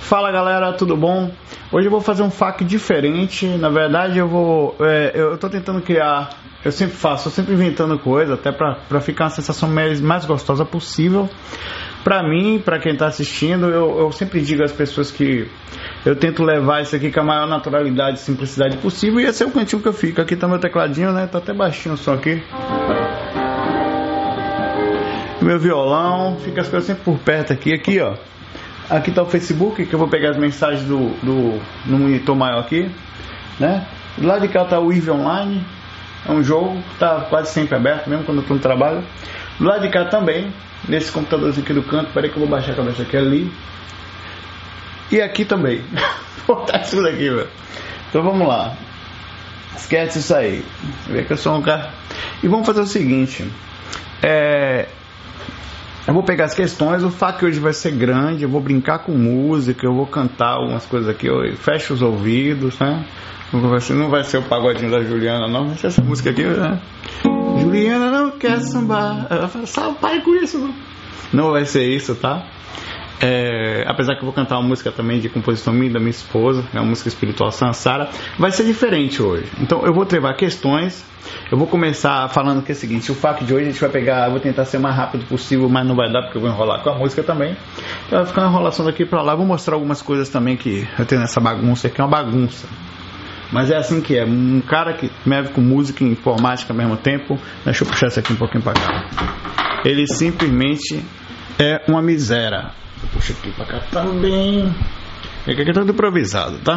Fala galera, tudo bom? Hoje eu vou fazer um FAQ diferente. Na verdade eu tô tentando criar, eu sempre inventando coisa, até pra ficar uma sensação mais gostosa possível pra mim, pra quem tá assistindo. Eu sempre digo às pessoas que eu tento levar isso aqui com a maior naturalidade e simplicidade possível, e esse é o cantinho que eu fico. Aqui tá meu tecladinho, né? Tá até baixinho o som aqui. Meu violão, fica as coisas sempre por perto aqui, ó. Aqui tá o Facebook, que eu vou pegar as mensagens no monitor maior aqui, né? Do lado de cá tá o EVE Online, é um jogo que tá quase sempre aberto, mesmo quando eu tô no trabalho. Do lado de cá também, nesse computadorzinho aqui do canto, peraí que eu vou baixar a cabeça aqui ali. E aqui também. Vou botar isso daqui, velho. Então vamos lá. Esquece isso aí. Vê que eu sou um cara. E vamos fazer o seguinte. Eu vou pegar as questões. O FAQ hoje vai ser grande. Eu vou brincar com música. Eu vou cantar algumas coisas aqui. Eu fecho os ouvidos, né? Não vai ser o pagodinho da Juliana, não. Vai ser essa música aqui, né? Juliana não quer sambar. Ela fala, sai, pai, com isso. Não vai ser isso, tá? Apesar que eu vou cantar uma música também de composição minha, da minha esposa, é uma música espiritual Sansara. Vai ser diferente hoje. Então eu vou levar questões. Eu vou começar falando que é o seguinte: o FAQ de hoje a gente vai pegar, eu vou tentar ser o mais rápido possível, mas não vai dar porque eu vou enrolar com a música também. Então vai ficar uma enrolação daqui pra lá. Vou mostrar algumas coisas também que eu tenho nessa bagunça aqui, é uma bagunça. Mas é assim que é, um cara que mexe com música e informática ao mesmo tempo. Deixa eu puxar isso aqui um pouquinho pra cá. Ele simplesmente é uma miséria. Puxa aqui pra cá também. Aqui é tudo improvisado, tá?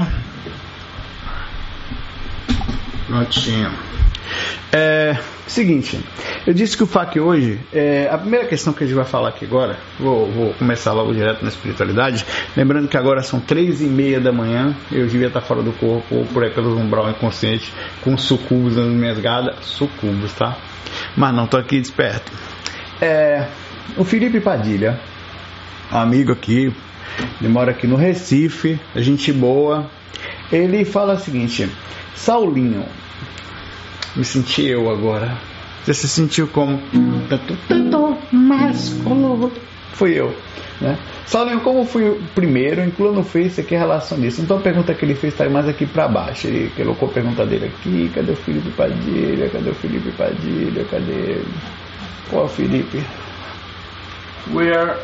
Prontinho. Seguinte, eu disse que o FAQ hoje, a primeira questão que a gente vai falar aqui agora, vou começar logo direto na espiritualidade, lembrando que agora são 3:30 da manhã, eu devia estar fora do corpo, ou por aí pelos umbral inconsciente, com sucubos nas minhas gadas, sucubos, tá? Mas não, tô aqui desperto. O Felipe Padilha, amigo aqui, ele mora aqui no Recife, gente boa. Ele fala o seguinte: Saulinho, me senti eu agora. Você se sentiu como? Tanto mais colorido. Fui eu, né? Saulinho, como fui o primeiro, inclua no Face aqui a relação disso. Então a pergunta que ele fez está mais aqui para baixo. Ele colocou a pergunta dele aqui. Cadê o Felipe Padilha? Cadê o Felipe Padilha? Cadê ele? Qual Felipe? Where?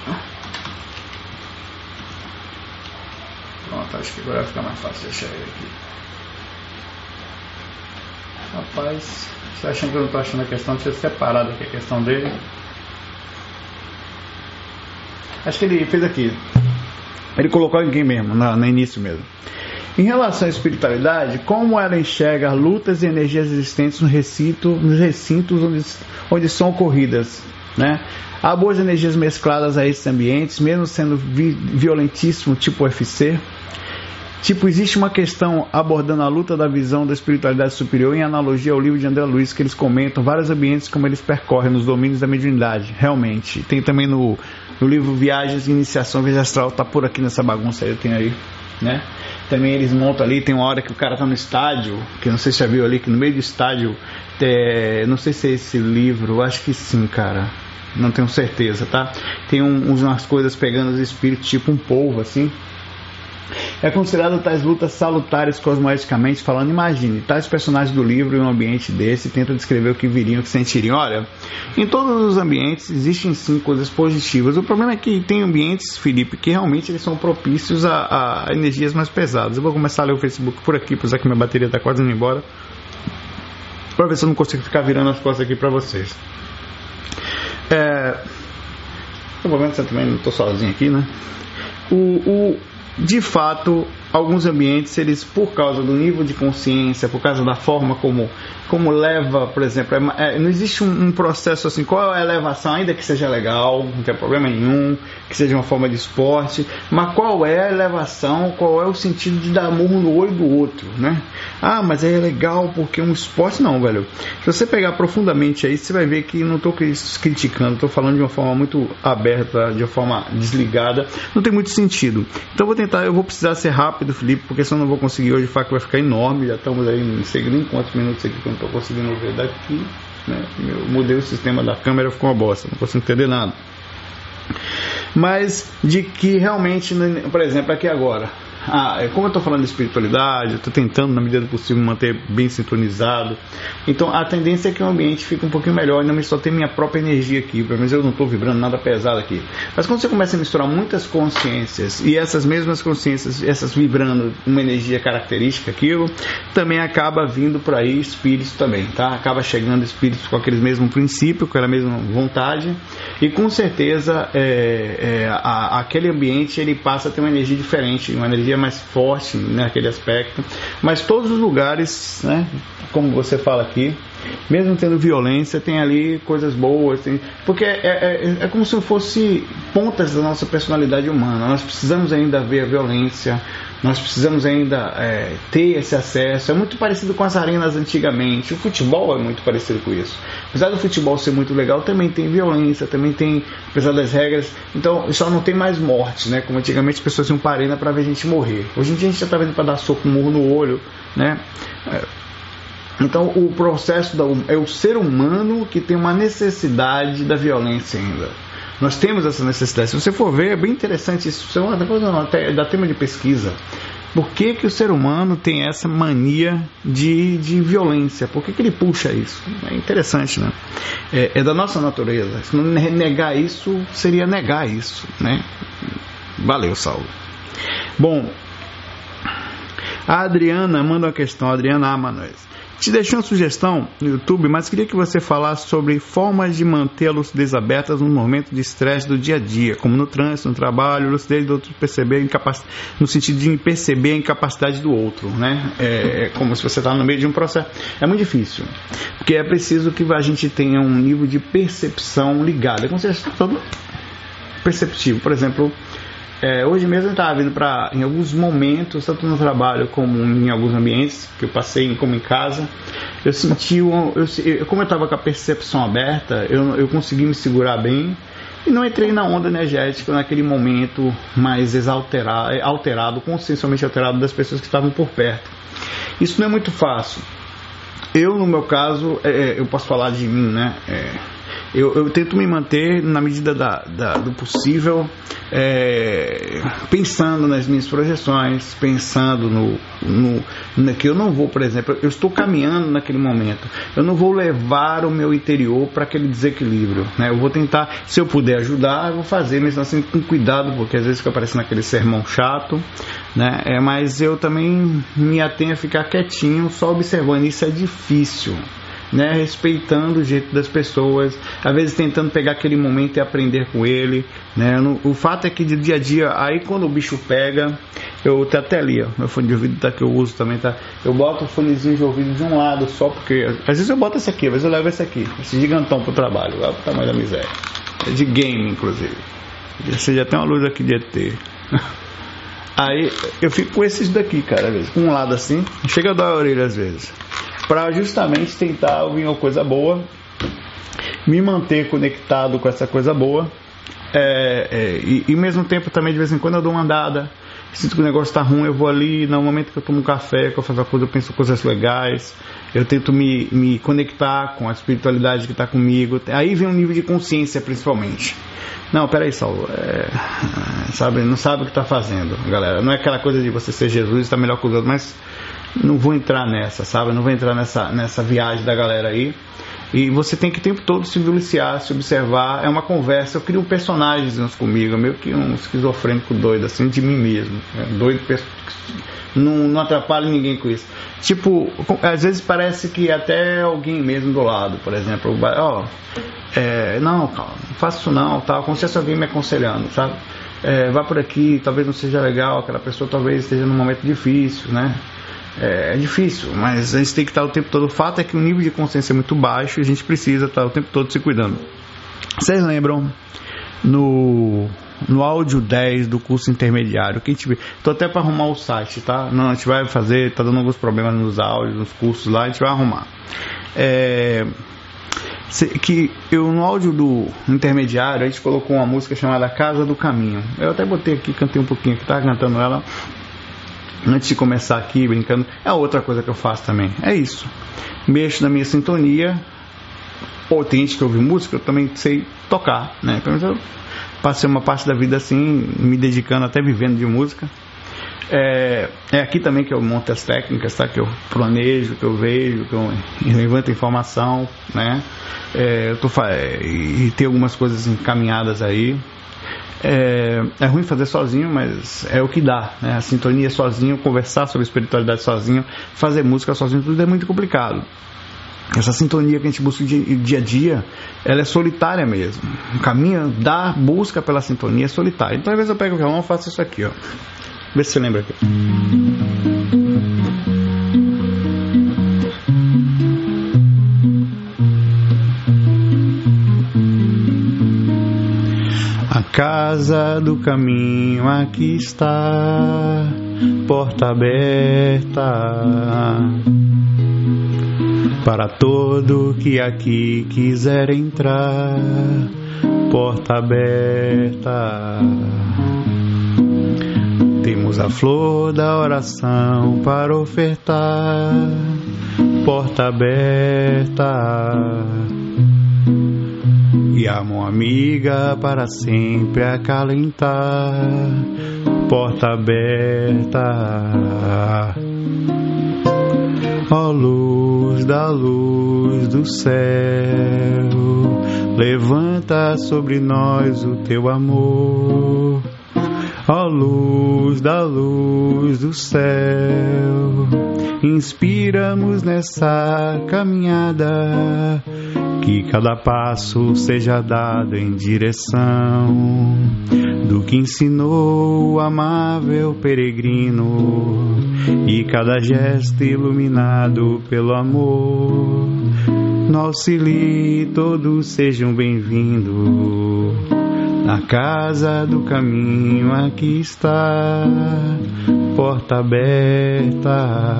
Pronto, acho que agora vai ficar mais fácil achar ele aqui. Rapaz, você achando que eu não estou achando a questão? Deixa eu separar aqui a questão dele. Acho que ele fez aqui. Ele colocou aqui mesmo, no início mesmo. Em relação à espiritualidade, como ela enxerga as lutas e energias existentes nos recintos onde são ocorridas, né? Há boas energias mescladas a esses ambientes, mesmo sendo violentíssimo, tipo UFC. Tipo, existe uma questão abordando a luta da visão da espiritualidade superior em analogia ao livro de André Luiz, que eles comentam vários ambientes como eles percorrem nos domínios da mediunidade, realmente. Tem também no livro Viagens e Iniciação Via Astral, tá por aqui nessa bagunça aí, eu tenho aí, né? Também eles montam ali, tem uma hora que o cara tá no estádio, que não sei se já viu ali, que no meio do estádio, não sei se é esse livro, acho que sim, cara. Não tenho certeza, tá? Tem umas coisas pegando os espíritos, tipo um polvo, assim. É considerado tais lutas salutares cosmoeticamente falando. Imagine, tais personagens do livro em um ambiente desse tentam descrever o que viriam, o que sentiriam. Olha, em todos os ambientes existem sim coisas positivas. O problema é que tem ambientes, Felipe, que realmente eles são propícios a energias mais pesadas. Eu vou começar a ler o Facebook por aqui, apesar que minha bateria está quase indo embora, para ver se eu não consigo ficar virando as costas aqui para vocês. Provavelmente eu também não estou sozinho aqui, né? De fato, alguns ambientes, eles, por causa do nível de consciência, por causa da forma como leva, por exemplo, não existe um processo assim, qual é a elevação, ainda que seja legal, não tem problema nenhum, que seja uma forma de esporte, mas qual é a elevação, qual é o sentido de dar murro no olho do outro, né? Ah, mas é legal porque é um esporte. Não, velho. Se você pegar profundamente aí, você vai ver que não estou criticando, estou falando de uma forma muito aberta, de uma forma desligada, não tem muito sentido. Então eu vou precisar ser rápido, Felipe, porque senão eu não vou conseguir hoje. O FAQ vai ficar enorme, já estamos aí, não sei nem quantos minutos aqui que eu não estou conseguindo ver daqui, né? Eu mudei o sistema da câmera, ficou uma bosta, não consigo entender nada. mas de que realmente, por exemplo, aqui agora, como eu estou falando de espiritualidade, eu estou tentando, na medida do possível, manter bem sintonizado. Então a tendência é que o ambiente fique um pouquinho melhor, ainda só tem minha própria energia aqui, pelo menos eu não estou vibrando nada pesado aqui. Mas quando você começa a misturar muitas consciências, e essas mesmas consciências, essas vibrando uma energia característica, aquilo também acaba vindo por aí espíritos também, tá? Acaba chegando espíritos com aquele mesmo princípio, com aquela mesma vontade, e com certeza aquele ambiente ele passa a ter uma energia diferente, uma energia mais forte naquele aspecto. Mas todos os lugares, né, como você fala aqui, mesmo tendo violência, tem ali coisas boas, porque é como se fosse pontas da nossa personalidade humana. Nós precisamos ainda ver a violência, nós precisamos ainda ter esse acesso. É muito parecido com as arenas antigamente. O futebol é muito parecido com isso. Apesar do futebol ser muito legal, também tem violência, também tem, apesar das regras, então só não tem mais morte, né? Como antigamente as pessoas iam para a arena para ver gente morrer. Hoje em dia a gente já está vendo para dar soco, murro no olho, né? Então o processo é o ser humano que tem uma necessidade da violência ainda. Nós temos essa necessidade. Se você for ver, é bem interessante isso. Isso até dá tema de pesquisa. Por que o ser humano tem essa mania de violência? Por que ele puxa isso? É interessante, né? É da nossa natureza. Se não negar isso, seria negar isso, né? Valeu, Saulo. Bom, a Adriana manda uma questão. A Adriana Amanuels. Te deixei uma sugestão no YouTube, mas queria que você falasse sobre formas de manter a lucidez aberta no momento de estresse do dia a dia, como no trânsito, no trabalho, lucidez do outro perceber no sentido de perceber a incapacidade do outro, né? É como se você está no meio de um processo. É muito difícil, porque é preciso que a gente tenha um nível de percepção ligado. É como se você está todo perceptivo. Por exemplo, hoje mesmo eu estava vindo em alguns momentos, tanto no trabalho como em alguns ambientes que eu passei, como em casa, eu senti, como eu estava com a percepção aberta, eu consegui me segurar bem e não entrei na onda energética naquele momento mais alterado, consciencialmente alterado das pessoas que estavam por perto. Isso não é muito fácil. Eu, no meu caso, eu posso falar de mim, né? Eu tento me manter na medida do possível, pensando nas minhas projeções, pensando no que eu não vou, por exemplo, eu estou caminhando naquele momento, eu não vou levar o meu interior para aquele desequilíbrio, né? Eu vou tentar, se eu puder ajudar, eu vou fazer, mesmo assim com cuidado, porque às vezes fica parecendo aquele sermão chato, né? Mas eu também me atenho a ficar quietinho, só observando. Isso é difícil, né? Respeitando o jeito das pessoas, às vezes tentando pegar aquele momento e aprender com ele, né? O fato é que de dia a dia, aí quando o bicho pega, eu tá até ali, ó, meu fone de ouvido tá, que eu uso também, tá? Eu boto o fonezinho de ouvido de um lado só, porque às vezes eu boto esse aqui, às vezes eu levo esse aqui, esse gigantão pro trabalho, olha o tamanho da miséria, é de game inclusive, você já tem uma luz aqui de ET. Aí eu fico com esses daqui, cara, às vezes, com um lado assim, chega a dar a orelha às vezes, para justamente tentar ouvir uma coisa boa, me manter conectado com essa coisa boa, e ao mesmo tempo também de vez em quando eu dou uma andada, sinto que o negócio está ruim, eu vou ali, no momento que eu tomo um café, que eu faço a coisa, eu penso coisas legais, eu tento me conectar com a espiritualidade que está comigo, aí vem um nível de consciência principalmente. Não, peraí, Saulo, não sabe o que está fazendo, galera, não é aquela coisa de você ser Jesus e estar melhor que os outros, mas não vou entrar nessa, sabe? Não vou entrar nessa viagem da galera aí. E você tem que o tempo todo se vivenciar, se observar. É uma conversa. Eu crio personagens comigo, meio que um esquizofrênico doido, assim, de mim mesmo. Doido, não atrapalho ninguém com isso. Tipo, às vezes parece que até alguém mesmo do lado, por exemplo, não, calma, não faço isso não, tá? Como se alguém me aconselhando, sabe? Vá por aqui, talvez não seja legal, aquela pessoa talvez esteja num momento difícil, né? É difícil, mas a gente tem que estar o tempo todo. O fato é que o nível de consciência é muito baixo e a gente precisa estar o tempo todo se cuidando. Vocês lembram no áudio 10 do curso intermediário? Estou até para arrumar o site, tá? Não, a gente vai fazer, tá dando alguns problemas nos áudios, nos cursos lá, a gente vai arrumar. No áudio do intermediário a gente colocou uma música chamada Casa do Caminho. Eu até botei aqui, cantei um pouquinho aqui, tava cantando ela antes de começar aqui, brincando. É outra coisa que eu faço também, é isso, mexo na minha sintonia. Ou tem gente que ouve música, eu também sei tocar, né? passei uma parte da vida assim, me dedicando, até vivendo de música. É aqui também que eu monto as técnicas, tá? Que eu planejo, que eu vejo, que eu levanto informação, né? E tem algumas coisas encaminhadas aí. É ruim fazer sozinho, mas é o que dá, né? A sintonia sozinho, conversar sobre espiritualidade sozinho, fazer música sozinho, tudo é muito complicado. Essa sintonia que a gente busca dia a dia, ela é solitária mesmo. O caminho da busca pela sintonia é solitário. Então às vezes eu pego o violão e faço isso aqui, ó. Vê se você lembra aqui. A casa do caminho aqui está, porta aberta para todo que aqui quiser entrar, porta aberta. Temos a flor da oração para ofertar, porta aberta. E a mão amiga para sempre acalentar, porta aberta. Ó luz da luz do céu, levanta sobre nós o teu amor. Ó luz da luz do céu, inspira-nos nessa caminhada, que cada passo seja dado em direção do que ensinou o amável peregrino, e cada gesto iluminado pelo amor. No auxílio todos sejam bem-vindos. Na casa do caminho aqui está, porta aberta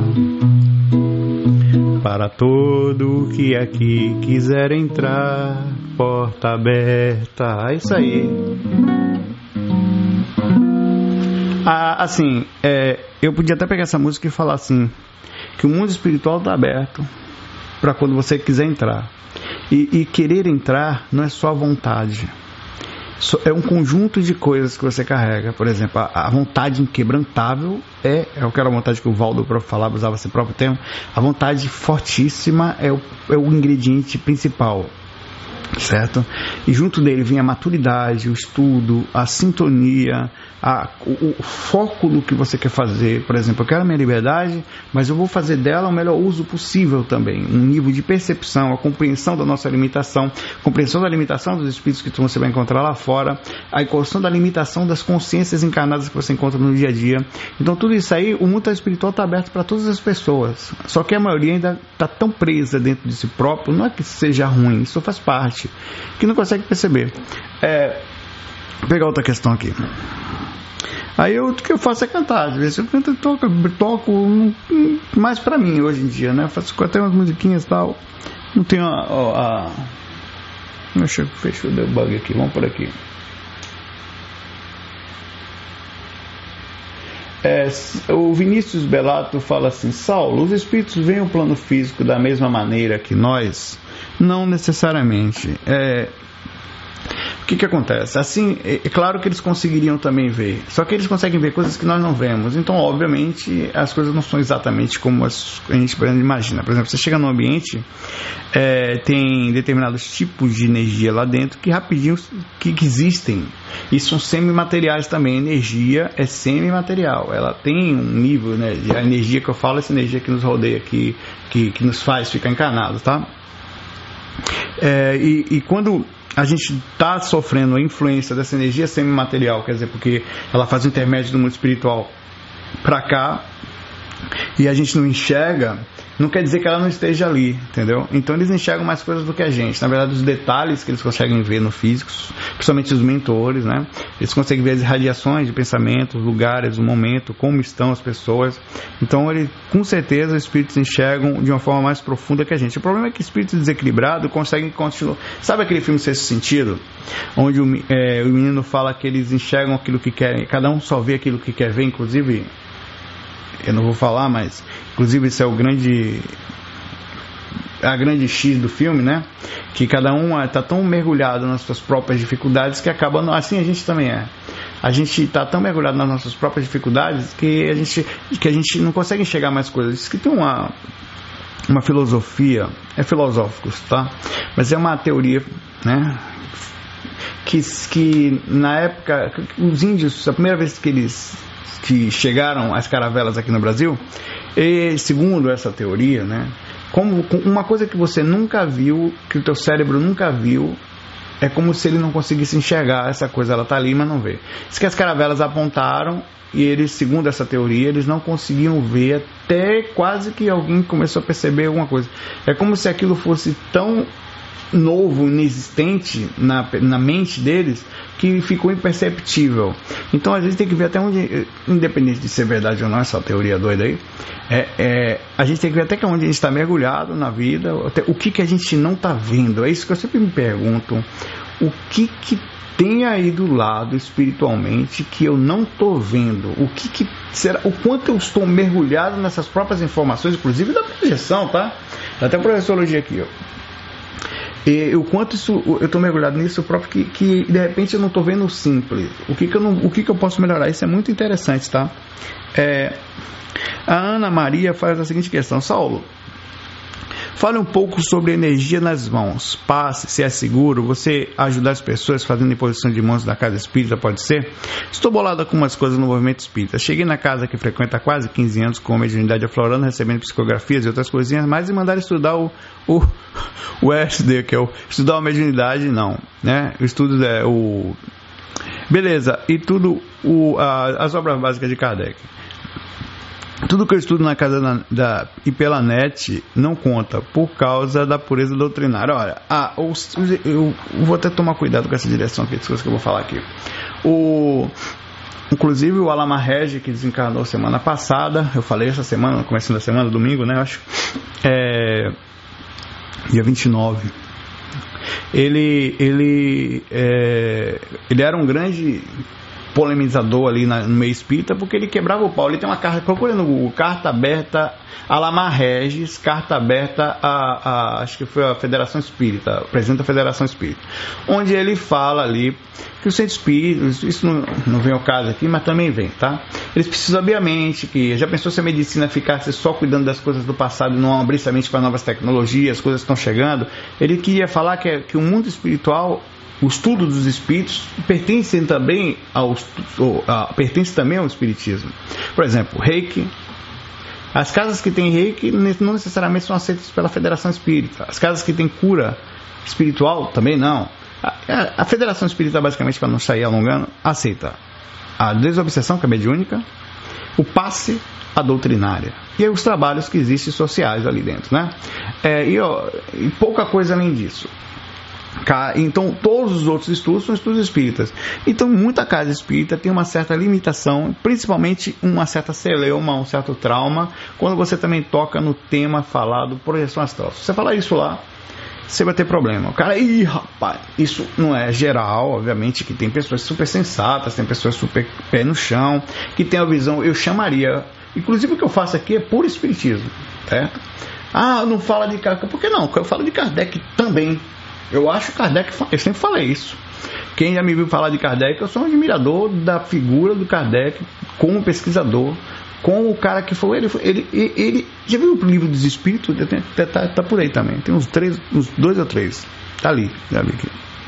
para todo que aqui quiser entrar, porta aberta. É isso aí. Assim, eu podia até pegar essa música e falar assim, que o mundo espiritual está aberto para quando você quiser entrar. E querer entrar não é só a vontade. É um conjunto de coisas que você carrega. Por exemplo, a vontade inquebrantável eu quero a vontade que o Valdo falava, usava esse próprio termo. A vontade fortíssima é o ingrediente principal, certo? E junto dele vem a maturidade, o estudo, a sintonia, o foco no que você quer fazer. Por exemplo, eu quero a minha liberdade, mas eu vou fazer dela o melhor uso possível também. Um nível de percepção, a compreensão da nossa limitação, compreensão da limitação dos espíritos que você vai encontrar lá fora, a incursão da limitação das consciências encarnadas que você encontra no dia a dia. Então tudo isso aí, o mundo espiritual está aberto para todas as pessoas, só que a maioria ainda está tão presa dentro de si próprio. Não é que seja ruim, isso faz parte, que não consegue perceber. Vou pegar outra questão aqui. Aí o que eu faço é cantar. Às vezes eu canto, toco mais pra mim hoje em dia, né? Eu faço até umas musiquinhas e tal. Não tenho Fechou, deu bug aqui. Vamos por aqui. O Vinícius Belato fala assim: Saulo, os espíritos veem o plano físico da mesma maneira que nós? Não necessariamente. O que acontece? Assim, é claro que eles conseguiriam também ver, só que eles conseguem ver coisas que nós não vemos. Então, obviamente, as coisas não são exatamente como a gente imagina. Por exemplo, você chega num ambiente, tem determinados tipos de energia lá dentro que rapidinho que existem, e são semimateriais também. A energia é semimaterial, ela tem um nível, né? A energia que eu falo, essa energia que nos rodeia, que nos faz ficar encarnado, tá? E quando a gente está sofrendo a influência dessa energia semimaterial, quer dizer, porque ela faz o intermédio do mundo espiritual para cá, e a gente não enxerga, não quer dizer que ela não esteja ali, entendeu? Então eles enxergam mais coisas do que a gente. Na verdade, os detalhes que eles conseguem ver no físico, principalmente os mentores, né? Eles conseguem ver as irradiações de pensamentos, lugares, o momento, como estão as pessoas. Então, com certeza, os espíritos enxergam de uma forma mais profunda que a gente. O problema é que espíritos desequilibrados conseguem continuar. Sabe aquele filme Sexto Sentido? Onde o menino fala que eles enxergam aquilo que querem, cada um só vê aquilo que quer ver, inclusive. Eu não vou falar, mas inclusive isso é o grande a grande X do filme, né? Que cada um está tão mergulhado nas suas próprias dificuldades que acaba... Assim a gente também é. A gente está tão mergulhado nas nossas próprias dificuldades que a gente não consegue enxergar mais coisas. Diz que tem uma filosofia, é filosófico, tá? Mas é uma teoria, né? Que na época, os índios, a primeira vez que chegaram as caravelas aqui no Brasil, e segundo essa teoria, né? Como uma coisa que você nunca viu, que o teu cérebro nunca viu, é como se ele não conseguisse enxergar essa coisa, ela está ali, mas não vê. Diz que as caravelas apontaram e eles, segundo essa teoria, eles não conseguiam ver até quase que alguém começou a perceber alguma coisa. É como se aquilo fosse tão novo, inexistente na mente deles, que ficou imperceptível. Então a gente tem que ver até onde, independente de ser verdade ou não, essa teoria doida aí, a gente tem que ver até onde a gente está mergulhado na vida, até o que a gente não está vendo. É isso que eu sempre me pergunto, o que tem aí do lado espiritualmente que eu não estou vendo, o que será, o quanto eu estou mergulhado nessas próprias informações, inclusive da projeção, tá? Até a projeciologia aqui, ó. E o quanto eu estou mergulhado nisso próprio, que de repente eu não estou vendo o simples. O que eu posso melhorar? Isso é muito interessante, tá? A Ana Maria faz a seguinte questão: Saulo, fale um pouco sobre energia nas mãos. Passe, se é seguro, você ajudar as pessoas fazendo imposição de mãos na casa espírita, pode ser? Estou bolado com umas coisas no movimento espírita. Cheguei na casa que frequenta há quase 15 anos com a mediunidade aflorando, recebendo psicografias e outras coisinhas mais, e mandaram estudar o SD, que é estudar a mediunidade, não, né? O estudo beleza, e tudo as obras básicas de Kardec. Tudo que eu estudo na casa e pela net não conta, por causa da pureza doutrinária. Olha, eu vou até tomar cuidado com essa direção aqui, das coisas que eu vou falar aqui. Inclusive o Alamar Regi, que desencarnou semana passada, eu falei essa semana, no começo da semana, domingo, né, acho, dia 29. Ele era um grande polemizador ali no meio espírita, porque ele quebrava o pau. Ele tem uma carta, procura no Google, carta aberta Alamar Regis, carta aberta acho que foi a Federação Espírita, presidente da Federação Espírita, onde ele fala ali que os centros espíritas, isso não vem ao caso aqui, mas também vem, tá? Eles precisam abrir a mente, que já pensou se a medicina ficasse só cuidando das coisas do passado e não abrisse a mente para novas tecnologias, as coisas estão chegando. Ele queria falar que o mundo espiritual, o estudo dos espíritos pertence também ao espiritismo. Por exemplo, Reiki. As casas que têm Reiki não necessariamente são aceitas pela Federação Espírita. As casas que têm cura espiritual também não. A Federação Espírita, basicamente, para não sair alongando, aceita a desobsessão, que é mediúnica, o passe, a doutrinária, e aí os trabalhos que existem sociais ali dentro, né? E pouca coisa além disso. Então todos os outros estudos são estudos espíritas. Então muita casa espírita tem uma certa limitação, principalmente uma certa celeuma, um certo trauma, quando você também toca no tema falado projeção astral. Se você falar isso lá, você vai ter problema. O cara, rapaz, isso não é geral, obviamente, que tem pessoas super sensatas, tem pessoas super pé no chão, que tem a visão, eu chamaria, inclusive o que eu faço aqui é puro espiritismo, certo? Não fala de Kardec, por que não? Eu falo de Kardec também. Eu acho Kardec, eu sempre falei isso. Quem já me viu falar de Kardec, eu sou um admirador da figura do Kardec como pesquisador, como o cara que foi ele já viu o livro dos Espíritos? Tá por aí também, tem uns 2 ou 3, tá ali, já vi aqui.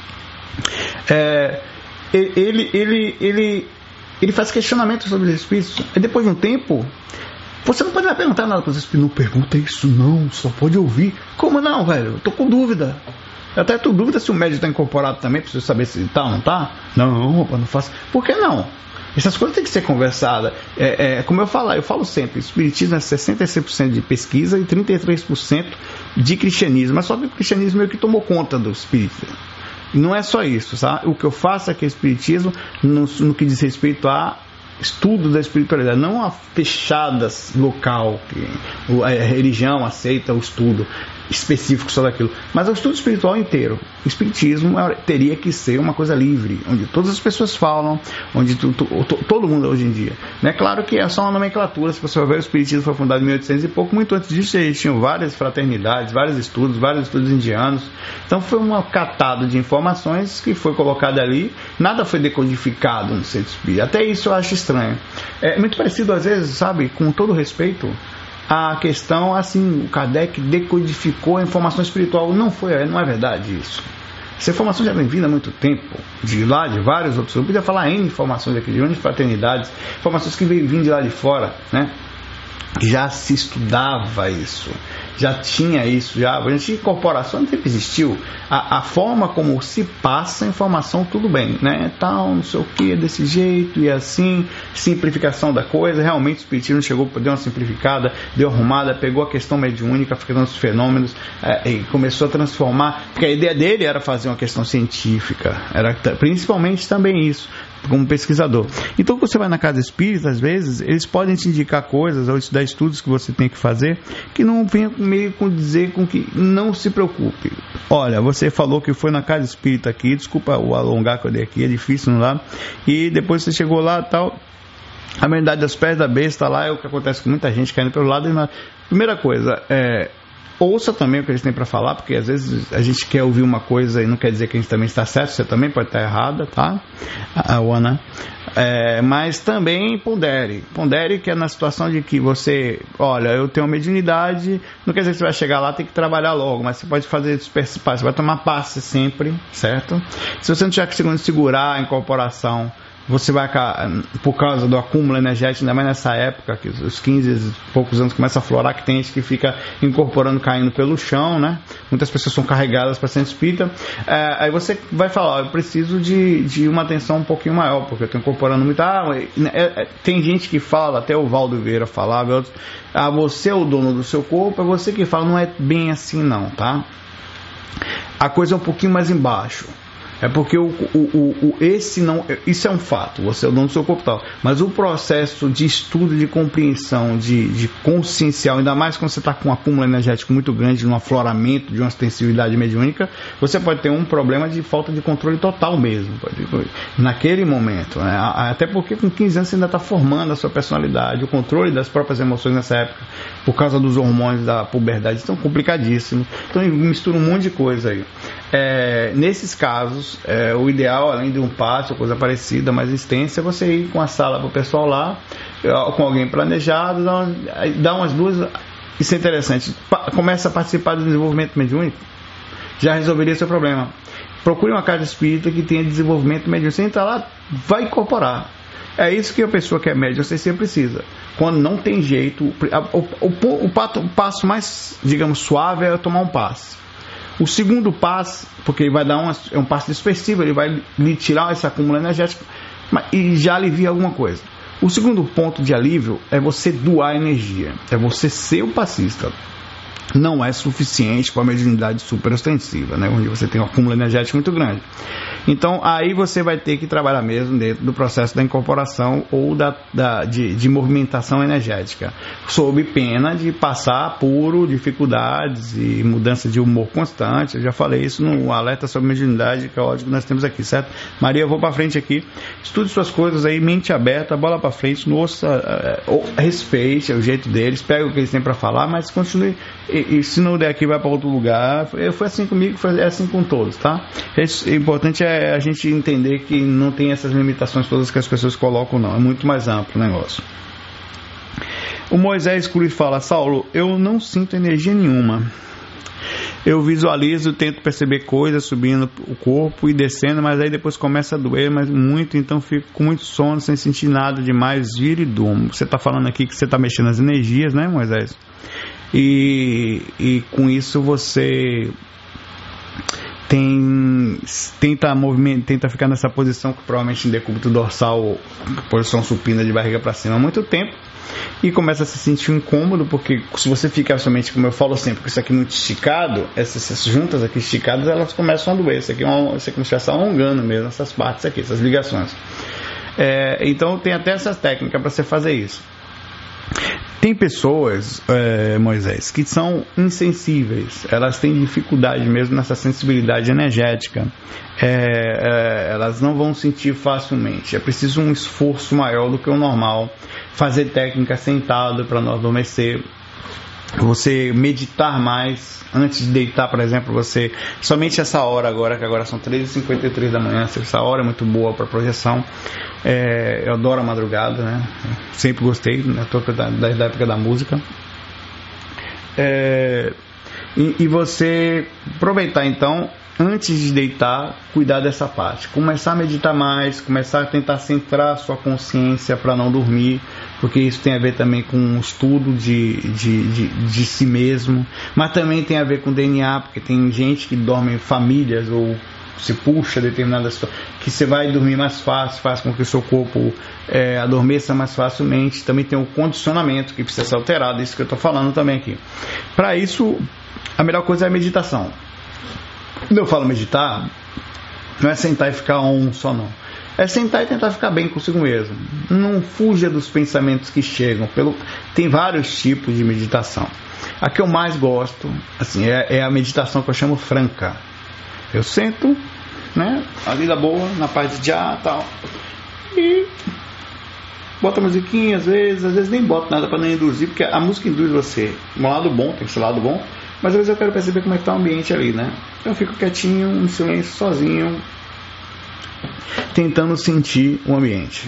Ele faz questionamentos sobre os Espíritos, e depois de um tempo, você não pode mais perguntar nada para os Espíritos. Não pergunta isso não, só pode ouvir. Como não, velho? Eu tô com dúvida. Eu até tenho dúvida se o médium está incorporado também, preciso saber se está ou não está. Não, não faço. Por que não? Essas coisas têm que ser conversadas. Como eu falo sempre, o espiritismo é 66% de pesquisa e 33% de cristianismo. Mas só que o cristianismo meio que tomou conta do espírito. E não é só isso, sabe? O que eu faço é que o espiritismo, no que diz respeito a estudo da espiritualidade, não a fechadas local, que a religião aceita o estudo específico sobre aquilo, mas o estudo espiritual inteiro. O espiritismo teria que ser uma coisa livre, onde todas as pessoas falam, onde todo mundo hoje em dia. É claro que é só uma nomenclatura. Se você for ver, o Espiritismo foi fundado em 1800 e pouco, muito antes disso eles tinham várias fraternidades, vários estudos indianos. Então foi um catado de informações que foi colocado ali, nada foi decodificado no centro espírita. Até isso eu acho estranho. É muito parecido às vezes, sabe, com todo respeito, a questão assim, o Kardec decodificou a informação espiritual. Não é verdade isso. Essa informação já vem vindo há muito tempo, de lá, de vários outros. Eu podia falar N informações aqui, de N fraternidades, informações que vêm vindo de lá de fora, né? Já se estudava isso, já tinha isso, já a gente incorporação sempre existiu. A forma como se passa a informação, tudo bem, né? Tal, não sei o que, desse jeito e assim, simplificação da coisa. Realmente o Espiritismo chegou, deu uma simplificada, deu arrumada, pegou a questão mediúnica, ficando os fenômenos, e começou a transformar, porque a ideia dele era fazer uma questão científica, era principalmente também isso, como pesquisador. Então, quando você vai na casa espírita, às vezes, eles podem te indicar coisas ou te dar estudos que você tem que fazer que não venha meio com dizer com que não se preocupe. Olha, você falou que foi na casa espírita aqui, desculpa o alongar que eu dei aqui, é difícil, não dá? E depois você chegou lá e tal, a verdade dos pés da besta lá é o que acontece com muita gente caindo pelo lado. Primeira coisa, ouça também o que eles têm para falar, porque às vezes a gente quer ouvir uma coisa e não quer dizer que a gente também está certo, você também pode estar errada, tá? Ana. Mas também pondere que é na situação de que você, olha, eu tenho mediunidade, não quer dizer que você vai chegar lá e ter que trabalhar logo, mas você pode fazer dispersar, você vai tomar passe sempre, certo? Se você não tiver conseguindo segurar a incorporação, você vai, por causa do acúmulo energético, ainda mais nessa época, que os 15 e poucos anos começa a florar, que tem gente que fica incorporando, caindo pelo chão, né? Muitas pessoas são carregadas para centro espírita. Aí você vai falar, eu preciso de uma atenção um pouquinho maior, porque eu estou incorporando muito. Tem gente que fala, até o Valdo Vieira falava, você é o dono do seu corpo, é você que fala, não é bem assim não, tá? A coisa é um pouquinho mais embaixo. É porque isso é um fato, você é o dono do seu corpo tal. Mas o processo de estudo, de compreensão, de consciencial, ainda mais quando você está com um acúmulo energético muito grande, num afloramento de uma extensividade mediúnica, você pode ter um problema de falta de controle total mesmo, naquele momento, né? Até porque com 15 anos você ainda está formando a sua personalidade, o controle das próprias emoções nessa época, por causa dos hormônios da puberdade, estão complicadíssimos. Então mistura um monte de coisa aí. Nesses casos, o ideal, além de um passe ou coisa parecida, mais extensa, é você ir com a sala para o pessoal lá, com alguém planejado, dá umas duas. Isso é interessante. Começa a participar do desenvolvimento mediúnico, já resolveria seu problema. Procure uma casa espírita que tenha desenvolvimento mediúnico. Você entra lá, vai incorporar. É isso que a pessoa que é médium você precisa. Quando não tem jeito, o passo mais, digamos, suave é tomar um passe. O segundo passo, porque ele vai dar um passo dispersivo, ele vai lhe tirar esse acúmulo energético e já alivia alguma coisa. O segundo ponto de alívio é você doar energia, é você ser o passista. Não é suficiente para a mediunidade super ostensiva, né? Onde você tem um acúmulo energético muito grande. Então aí você vai ter que trabalhar mesmo dentro do processo da incorporação ou de movimentação energética, sob pena de passar por dificuldades e mudança de humor constante. Eu já falei isso no alerta sobre mediunidade caótica que nós temos aqui, certo? Maria, eu vou para frente aqui, estude suas coisas aí, mente aberta, bola para frente, respeite o jeito deles, pega o que eles têm para falar, mas continue. E se não der aqui, vai para outro lugar. Foi assim comigo, é assim com todos, tá? O importante é a gente entender que não tem essas limitações todas que as pessoas colocam, não. É muito mais amplo o negócio. O Moisés Cruz fala: Saulo, eu não sinto energia nenhuma. Eu visualizo, tento perceber coisas subindo o corpo e descendo, mas aí depois começa a doer, mas muito, então fico com muito sono, sem sentir nada demais, vira e durmo. Você está falando aqui que você está mexendo nas energias, né, Moisés? E com isso você tenta ficar nessa posição que provavelmente em decúbito dorsal, posição supina de barriga para cima há muito tempo, e começa a se sentir incômodo, porque se você ficar somente, como eu falo sempre, com isso aqui muito esticado, essas juntas aqui esticadas, elas começam a doer. Isso aqui você começa a estar alongando mesmo essas partes aqui, essas ligações. Então tem até essas técnicas para você fazer isso. Tem pessoas, Moisés, que são insensíveis, elas têm dificuldade mesmo nessa sensibilidade energética, elas não vão sentir facilmente, é preciso um esforço maior do que o normal fazer técnica sentado para não adormecer, você meditar mais antes de deitar, por exemplo, você somente essa hora agora, que agora são 3h53 da manhã, essa hora é muito boa para projeção. Eu adoro a madrugada, né? Sempre gostei, né? Da época da música. E você aproveitar então, antes de deitar, cuidar dessa parte, começar a meditar mais, começar a tentar centrar a sua consciência para não dormir, porque isso tem a ver também com um estudo de si mesmo, mas também tem a ver com DNA, porque tem gente que dorme em famílias, ou se puxa determinadas situações, que você vai dormir mais fácil, faz com que o seu corpo adormeça mais facilmente. Também tem o condicionamento que precisa ser alterado, isso que eu estou falando também aqui. Para isso, a melhor coisa é a meditação. Quando eu falo meditar, não é sentar e ficar só não. É sentar e tentar ficar bem consigo mesmo. Não fuja dos pensamentos que chegam. Tem vários tipos de meditação. A que eu mais gosto, assim, é a meditação que eu chamo franca. Eu sento, né, a vida boa, na paz de já, tal, e boto a musiquinha às vezes nem boto nada para não induzir, porque a música induz você. Um lado bom, tem que ser lado bom, mas às vezes eu quero perceber como é que está o ambiente ali, né? Então eu fico quietinho, em silêncio, sozinho, tentando sentir o ambiente.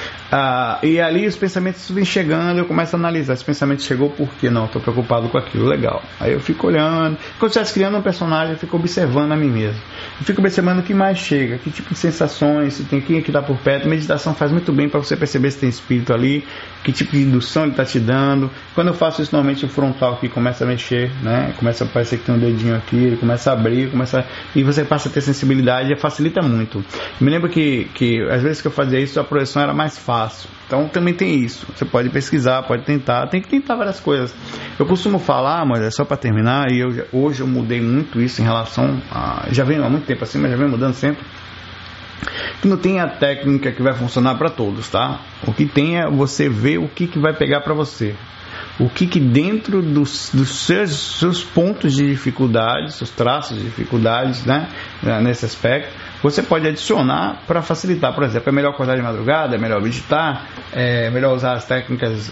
E ali os pensamentos vêm chegando, eu começo a analisar. Esse pensamento chegou por quê? Não, estou preocupado com aquilo, legal. Aí eu fico olhando. Quando eu estou criando um personagem, eu fico observando a mim mesmo. Eu fico observando o que mais chega, que tipo de sensações, se tem quem que está por perto. Meditação faz muito bem para você perceber se tem espírito ali, que tipo de indução ele está te dando. Quando eu faço isso, normalmente o frontal aqui começa a mexer, né? Começa a parecer que tem um dedinho aqui, ele começa a abrir, e você passa a ter sensibilidade, facilita muito. Eu me lembro que às vezes que eu fazia isso, a projeção era mais fácil. Então também tem isso. Você pode pesquisar, pode tentar. Tem que tentar várias coisas. Eu costumo falar, mas é só para terminar, e hoje eu mudei muito isso em relação a... Já venho há muito tempo assim, mas já venho mudando sempre. Que não tem a técnica que vai funcionar para todos, tá? O que tem é você ver o que vai pegar para você. O que dentro dos seus pontos de dificuldade, seus traços de dificuldades, né, nesse aspecto, você pode adicionar para facilitar. Por exemplo, é melhor acordar de madrugada, é melhor meditar, é melhor usar as técnicas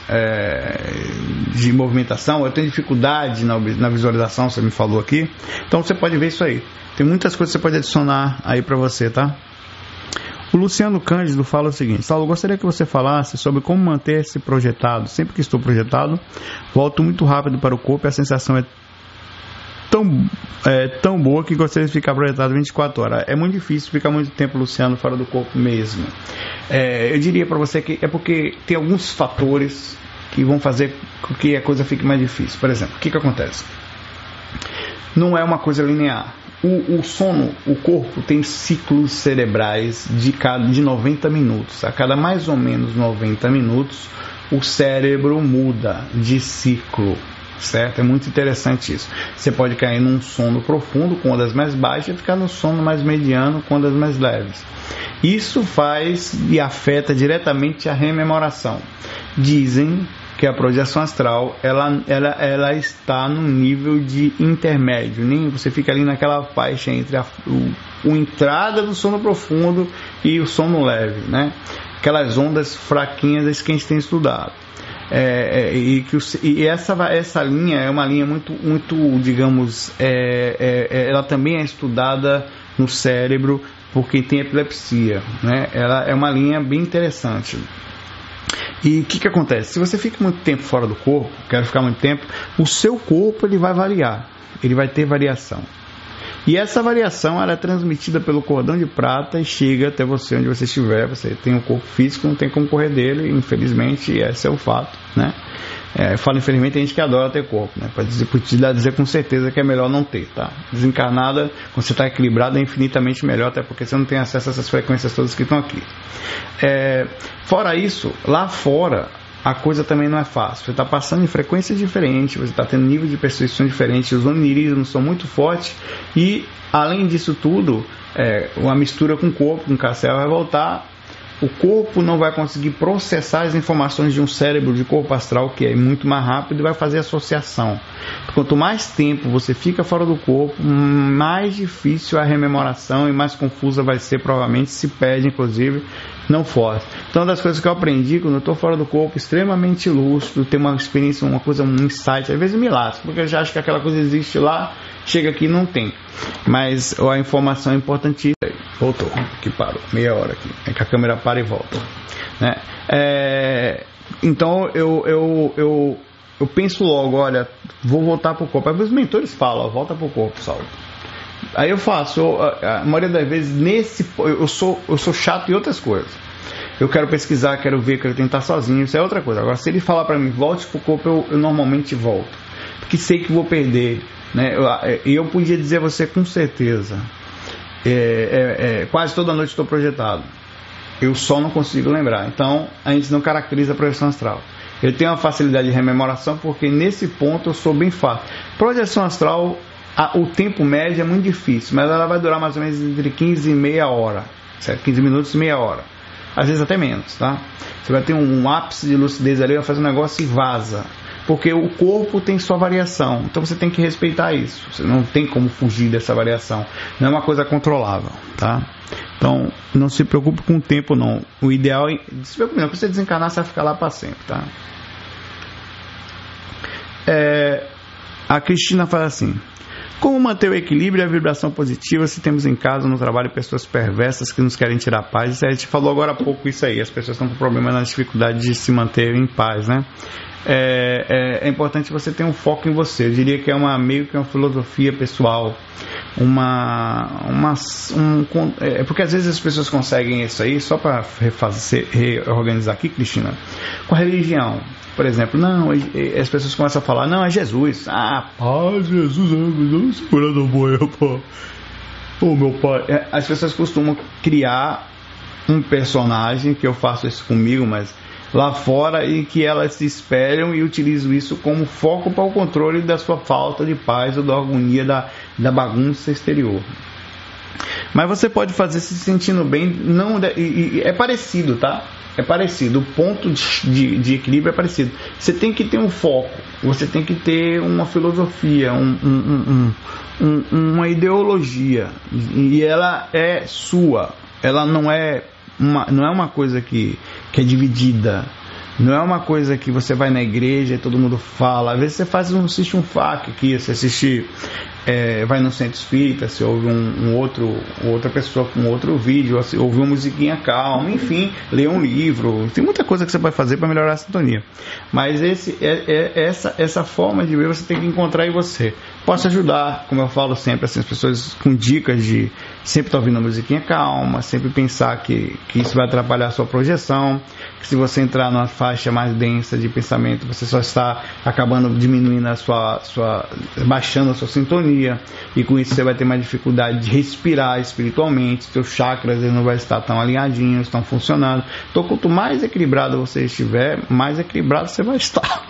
de movimentação. Eu tenho dificuldade na visualização, você me falou aqui. Então você pode ver isso aí. Tem muitas coisas que você pode adicionar aí para você, tá? O Luciano Cândido fala o seguinte: Saulo, gostaria que você falasse sobre como manter-se projetado. Sempre que estou projetado, volto muito rápido para o corpo e a sensação é tão boa que gostaria de ficar projetado 24 horas. É muito difícil ficar muito tempo, Luciano, fora do corpo mesmo. Eu diria para você que é porque tem alguns fatores que vão fazer com que a coisa fique mais difícil. Por exemplo, o que acontece? Não é uma coisa linear. O sono, o corpo tem ciclos cerebrais de 90 minutos. A cada mais ou menos 90 minutos, o cérebro muda de ciclo, certo? É muito interessante isso. Você pode cair num sono profundo com ondas mais baixas e ficar no sono mais mediano com ondas mais leves. Isso faz e afeta diretamente a rememoração. Dizem que a projeção astral ela está no nível de intermédio, nem você fica ali naquela faixa entre a entrada do sono profundo e o sono leve, né? Aquelas ondas fraquinhas que a gente tem estudado. Essa linha é uma linha muito digamos, ela também é estudada no cérebro por quem tem epilepsia, né? Ela é uma linha bem interessante. E o que acontece? Se você fica muito tempo fora do corpo, quero ficar muito tempo, o seu corpo ele vai variar, ele vai ter variação. E essa variação ela é transmitida pelo cordão de prata e chega até você onde você estiver. Você tem um corpo físico, não tem como correr dele, infelizmente esse é o fato, né? Eu falo infelizmente, a gente que adora ter corpo, né? Para dizer com certeza que é melhor não ter, tá? Desencarnada, quando você está equilibrado, é infinitamente melhor, até porque você não tem acesso a essas frequências todas que estão aqui. Fora isso, lá fora a coisa também não é fácil. Você está passando em frequências diferentes, você está tendo nível de percepção diferente, os onirismos são muito fortes e, além disso tudo, uma mistura com o corpo, com o castelo vai voltar. o corpo não vai conseguir processar as informações de um cérebro de corpo astral, que é muito mais rápido, e vai fazer associação. Quanto mais tempo você fica fora do corpo, mais difícil a rememoração e mais confusa vai ser, provavelmente se perde, inclusive, não força. Então, uma das coisas que eu aprendi quando eu estou fora do corpo, extremamente lúcido, ter uma experiência, uma coisa, um insight, às vezes me lasco, porque eu já acho que aquela coisa existe lá, chega aqui e não tem. Mas a informação é importantíssima. Voltou, que parou, meia hora aqui. É que a câmera para e volta. Né? Então eu penso logo, olha, vou voltar para o corpo. Aí os mentores falam, volta para o corpo, Saulo. Aí eu faço, a maioria das vezes, eu sou chato em outras coisas. Eu quero pesquisar, quero ver, quero tentar sozinho, isso é outra coisa. Agora, se ele falar para mim, volte para o corpo, eu normalmente volto. Porque sei que vou perder. Né? Eu podia dizer a você com certeza, quase toda noite estou projetado. Eu só não consigo lembrar. Então, a gente não caracteriza a projeção astral. Eu tenho uma facilidade de rememoração porque nesse ponto eu sou bem fácil. Projeção astral, o tempo médio é muito difícil, mas ela vai durar mais ou menos entre 15 e meia hora, certo? 15 minutos e meia hora. Às vezes até menos, tá? Você vai ter um ápice de lucidez ali, vai fazer um negócio e vaza. Porque o corpo tem sua variação, então você tem que respeitar isso. Você não tem como fugir dessa variação. Não é uma coisa controlável, tá? Então, não se preocupe com o tempo, não. O ideal é... Se preocupe não, quando você desencarnar, você vai ficar lá para sempre, tá? A Cristina fala assim: como manter o equilíbrio e a vibração positiva se temos em casa, no trabalho, pessoas perversas que nos querem tirar a paz? Isso a gente falou agora há pouco isso aí. As pessoas estão com problema na dificuldade de se manter em paz, né? É importante você ter um foco em você. Eu diria que é meio que uma filosofia pessoal, porque às vezes as pessoas conseguem isso aí, só para reorganizar aqui, Cristina, com a religião. Por exemplo, não, as pessoas começam a falar, não, é Jesus. Jesus, não segurando a boia, pô. Oh, meu pai. As pessoas costumam criar um personagem, que eu faço isso comigo, mas lá fora, e que elas se espelham e utilizam isso como foco para o controle da sua falta de paz ou da harmonia da bagunça exterior. Mas você pode fazer se sentindo bem, não, é parecido, tá? É parecido, o ponto de equilíbrio é parecido. Você tem que ter um foco, você tem que ter uma filosofia, uma ideologia, e ela é sua, ela não é uma coisa que é dividida, não é uma coisa que você vai na igreja e todo mundo fala. Às vezes você assiste um FAQ aqui, você assiste, vai no centro espírita, você ouve outra pessoa com outro vídeo, você ouve uma musiquinha calma, enfim, lê um livro, tem muita coisa que você pode fazer para melhorar a sintonia. Mas essa forma de ver você tem que encontrar em você. Posso ajudar, como eu falo sempre, assim, as pessoas com dicas de sempre estar ouvindo uma musiquinha calma, sempre pensar que isso vai atrapalhar a sua projeção, que se você entrar numa faixa mais densa de pensamento, você só está acabando diminuindo baixando a sua sintonia, e com isso você vai ter mais dificuldade de respirar espiritualmente, seus chakras eles não vão estar tão alinhadinhos, tão funcionando. Então, quanto mais equilibrado você estiver, mais equilibrado você vai estar.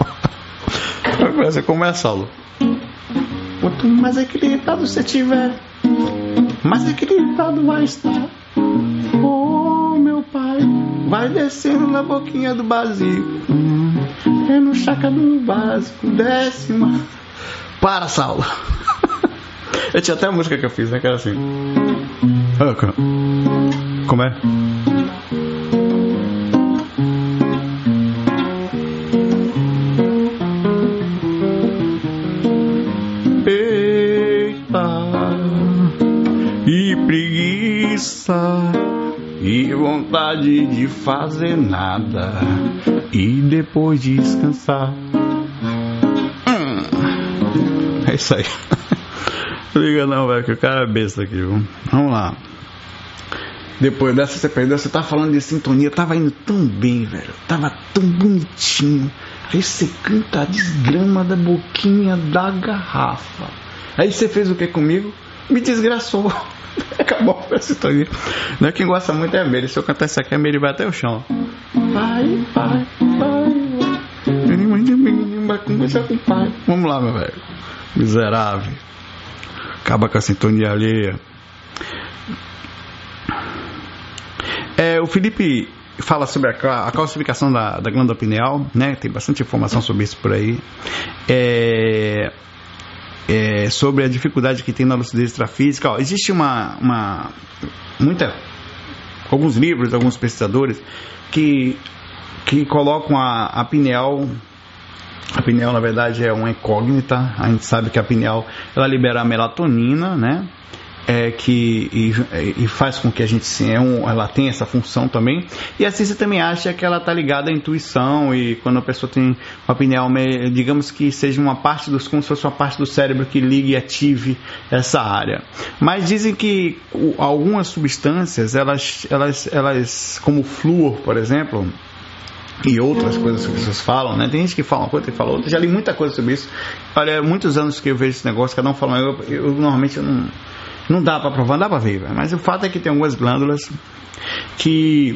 Você começa, Saulo. Quanto mais equilibrado você tiver, mais equilibrado vai estar. Oh, meu pai, vai descendo na boquinha do básico, é no chakra do básico, décima. Para, Saulo. Eu tinha até a música que eu fiz, né? Que era assim. Como é? E preguiça e vontade de fazer nada e depois descansar. É isso aí. Liga não, velho, que o cara é besta aqui, viu? Vamos lá. Depois dessa você perdeu, você tá falando de sintonia, tava indo tão bem, velho, tava tão bonitinho. Aí você canta a desgrama da boquinha da garrafa. Aí você fez o que comigo? Me desgraçou. Acabou com a sintonia. Não é quem gosta muito é a Meire. Se eu cantar isso aqui, a Meire vai até o chão. Vai. Vai conversar com o pai. Vamos lá, meu velho. Miserável. Acaba com a sintonia alheia. Felipe fala sobre a calcificação da glândula pineal, né? Tem bastante informação sobre isso por aí. Sobre a dificuldade que tem na lucidez extrafísica. Existe alguns livros, alguns pesquisadores que colocam a pineal. A pineal, na verdade, é uma incógnita. A gente sabe que a pineal ela libera a melatonina, né? E faz com que a gente ela tenha essa função também. E a ciência também acha que ela está ligada à intuição, e quando a pessoa tem uma pineal, digamos que seja como se fosse uma parte do cérebro que ligue e ative essa área. Mas dizem que algumas substâncias, elas como o flúor, por exemplo, e outras coisas que as pessoas falam, né? Tem gente que fala uma coisa, tem que falar outra. Já li muita coisa sobre isso. Olha, muitos anos que eu vejo esse negócio, cada um fala, eu normalmente não dá para provar, não dá para ver, mas o fato é que tem algumas glândulas que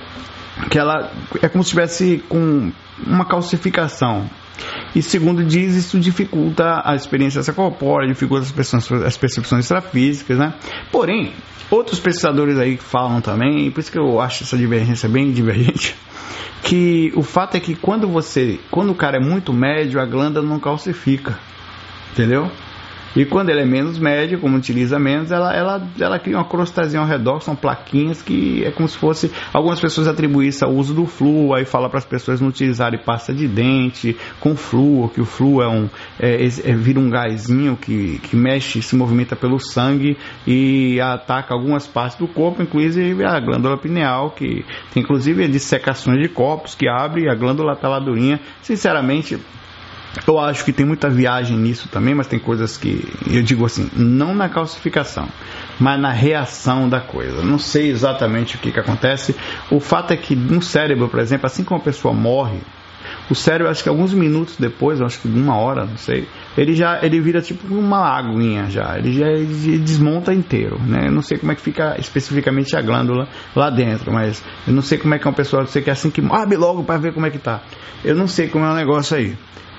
ela é como se estivesse com uma calcificação. E segundo diz, isso dificulta a experiência corpórea, dificulta as percepções extrafísicas, né? Porém, outros pesquisadores aí falam também, por isso que eu acho essa divergência bem divergente, que o fato é que quando o cara é muito médio, a glândula não calcifica, entendeu? E quando ele é menos médio, como utiliza menos, ela cria uma crostazinha ao redor, são plaquinhas que é como se fosse... Algumas pessoas atribuem isso ao uso do flúor, aí fala para as pessoas não utilizarem pasta de dente com flúor, que o flúor vira um gásinho que mexe, se movimenta pelo sangue e ataca algumas partes do corpo, inclusive a glândula pineal, que tem inclusive dissecações de corpos que abre e a glândula está lá durinha. Sinceramente, eu acho que tem muita viagem nisso também, mas tem coisas que, eu digo assim, não na calcificação, mas na reação da coisa. Não sei exatamente o que acontece. O fato é que no cérebro, por exemplo, assim como a pessoa morre, o cérebro, acho que alguns minutos depois, acho que 1 hora, não sei, ele vira tipo uma aguinha já, ele desmonta inteiro, né? Eu não sei como é que fica especificamente a glândula lá dentro, mas eu não sei como é que uma pessoa, eu sei que é assim que abre logo para ver como é que tá. Eu não sei como é o negócio aí.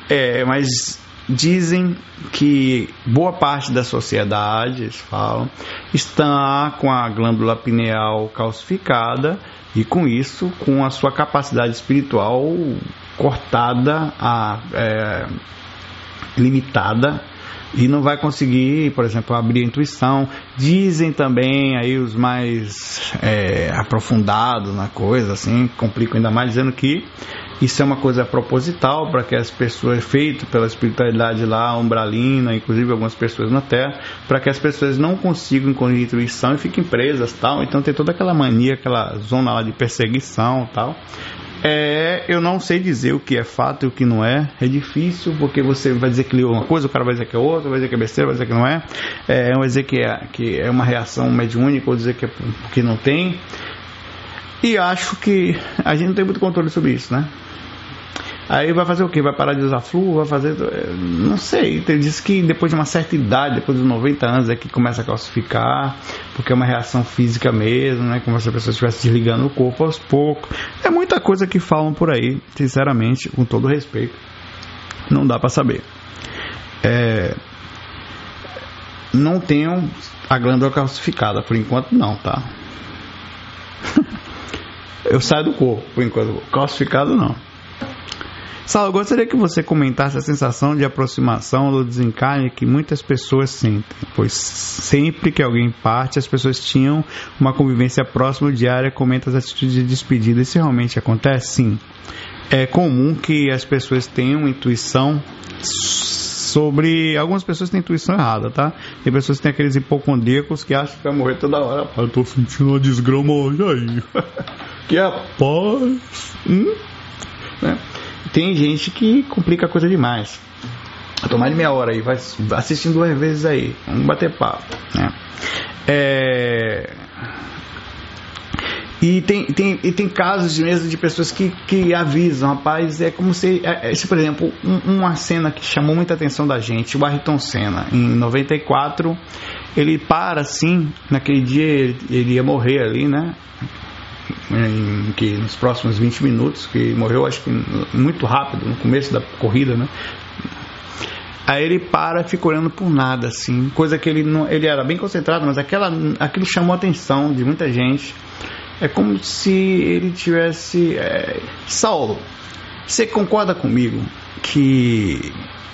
Mas dizem que boa parte da sociedade, eles falam, está com a glândula pineal calcificada e com isso, com a sua capacidade espiritual cortada, limitada, e não vai conseguir, por exemplo, abrir a intuição. Dizem também aí os mais aprofundados na coisa, assim, complicam ainda mais, dizendo que isso é uma coisa proposital para que as pessoas, feito pela espiritualidade lá, umbralina, inclusive algumas pessoas na Terra, para que as pessoas não consigam encontrar intuição e fiquem presas, tal. Então tem toda aquela mania, aquela zona lá de perseguição, tal. Eu não sei dizer o que é fato e o que não é. É difícil, porque você vai dizer que leu uma coisa, o cara vai dizer que é outra, vai dizer que é besteira, vai dizer que não é. Vai dizer que é uma reação mediúnica, ou dizer que é porque não tem. E acho que a gente não tem muito controle sobre isso, né? Aí vai fazer o quê? Vai parar de usar flúor? Vai fazer... Não sei. Ele disse que depois de uma certa idade, depois dos 90 anos, é que começa a calcificar, porque é uma reação física mesmo, né? Como se a pessoa estivesse desligando o corpo aos poucos. É muita coisa que falam por aí, sinceramente, com todo respeito. Não dá pra saber. Não tenho a glândula calcificada, por enquanto não, tá? Eu saio do corpo, por enquanto. Calcificado não. Saulo, eu gostaria que você comentasse a sensação de aproximação do desencarne que muitas pessoas sentem, pois sempre que alguém parte, as pessoas tinham uma convivência próxima diária. Comenta as atitudes de despedida. Isso realmente acontece? Sim. É comum que as pessoas tenham intuição sobre... Algumas pessoas têm intuição errada, tá? Tem pessoas que têm aqueles hipocondríacos que acham que vai morrer toda hora. Eu tô sentindo uma desgrama, olha aí. Que é paz. Né? Tem gente que complica a coisa demais. Vou tomar de meia hora aí, vai assistindo 2 vezes aí, vamos bater papo, né? E tem casos mesmo de pessoas que avisam, rapaz, é como se por exemplo, uma cena que chamou muita atenção da gente, o Ayrton Senna, em 94, ele para assim, naquele dia ele ia morrer ali, né? Nos próximos 20 minutos, que morreu acho que muito rápido, no começo da corrida, né? Aí ele para, fica olhando por nada, assim, coisa que ele era bem concentrado, mas aquilo chamou a atenção de muita gente. É como se ele tivesse... Saulo, você concorda comigo que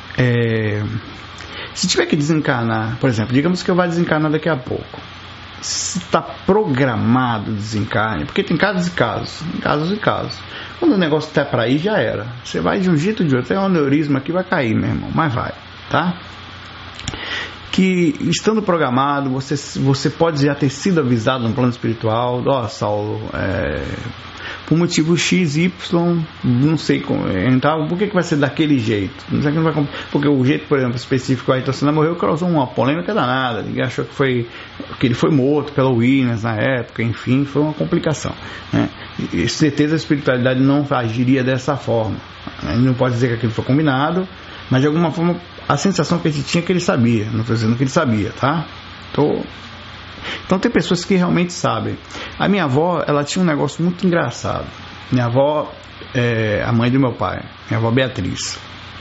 se tiver que desencarnar, por exemplo, digamos que eu vá desencarnar daqui a pouco, se está programado o desencarne, porque tem casos e casos. Quando o negócio está para ir, já era. Você vai de um jeito ou de outro. É um aneurisma que vai cair, meu irmão, mas vai, tá? Que estando programado, você pode já ter sido avisado no plano espiritual. Saulo, por motivo X, Y, não sei como, então, por que vai ser daquele jeito? Não sei que não vai, porque o jeito, por exemplo, específico que o Ayrton Senna morreu causou uma polêmica danada. Ninguém achou que ele foi morto pela Williams na época, enfim, foi uma complicação, né? E certeza a espiritualidade não agiria dessa forma. A gente não pode dizer que aquilo foi combinado, mas de alguma forma a sensação que a gente tinha é que ele sabia. Não estou dizendo que ele sabia, tá? Então tem pessoas que realmente sabem. A minha avó, ela tinha um negócio muito engraçado. Minha avó é a mãe do meu pai, minha avó Beatriz.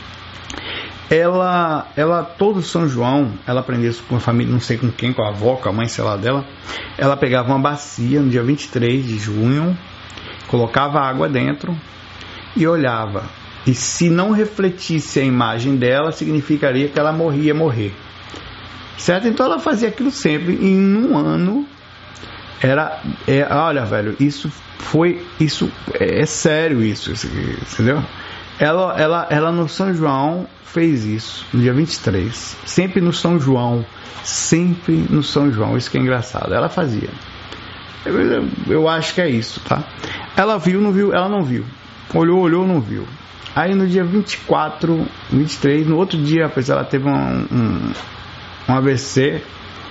Ela todo São João, ela aprendia isso com a família, não sei com quem, com a avó, com a mãe, sei lá dela. Ela pegava uma bacia no dia 23 de junho, colocava água dentro e olhava. E se não refletisse a imagem dela, significaria que ela ia morrer. Certo? Então ela fazia aquilo sempre. E em um ano olha, velho, isso é sério, isso, entendeu? Ela no São João fez isso, no dia 23. Sempre no São João. Isso que é engraçado. Ela fazia. Eu acho que é isso, tá? Ela viu, não viu? Ela não viu. Olhou, não viu. Aí no dia 24, 23, no outro dia, apesar ela teve um AVC,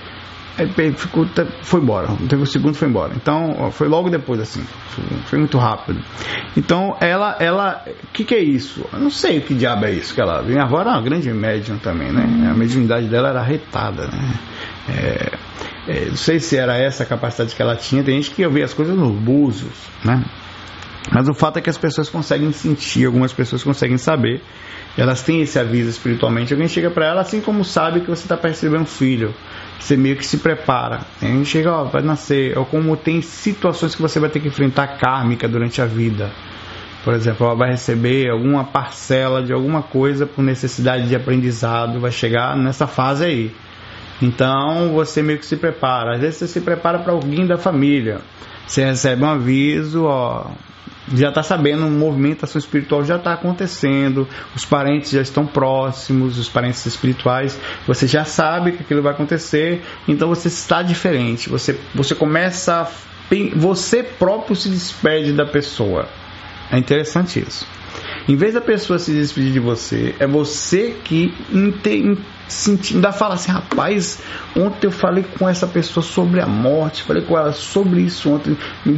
foi embora. Teve o segundo, foi embora. Então, foi logo depois, assim. Foi muito rápido. Então, ela que é isso? Eu não sei o que diabo é isso que ela viu. Minha avó era uma grande médium também, né? A mediunidade dela era arretada, né? Não sei se era essa a capacidade que ela tinha. Tem gente que vê as coisas nos búzios, né? Mas o fato é que as pessoas conseguem sentir, algumas pessoas conseguem saber, elas têm esse aviso espiritualmente. Alguém chega para ela, assim como sabe que você está para receber um filho, você meio que se prepara. Alguém chega, vai nascer, ou como tem situações que você vai ter que enfrentar kármica durante a vida. Por exemplo, ela vai receber alguma parcela de alguma coisa por necessidade de aprendizado, vai chegar nessa fase aí. Então você meio que se prepara. Às vezes você se prepara para alguém da família. Você recebe um aviso, já está sabendo, uma movimentação espiritual já está acontecendo, os parentes já estão próximos, os parentes espirituais, você já sabe que aquilo vai acontecer, então você está diferente, você começa você próprio se despede da pessoa. É interessante isso. Em vez da pessoa se despedir de você, é você que ainda fala assim: rapaz, ontem eu falei com essa pessoa sobre a morte, falei com ela sobre isso ontem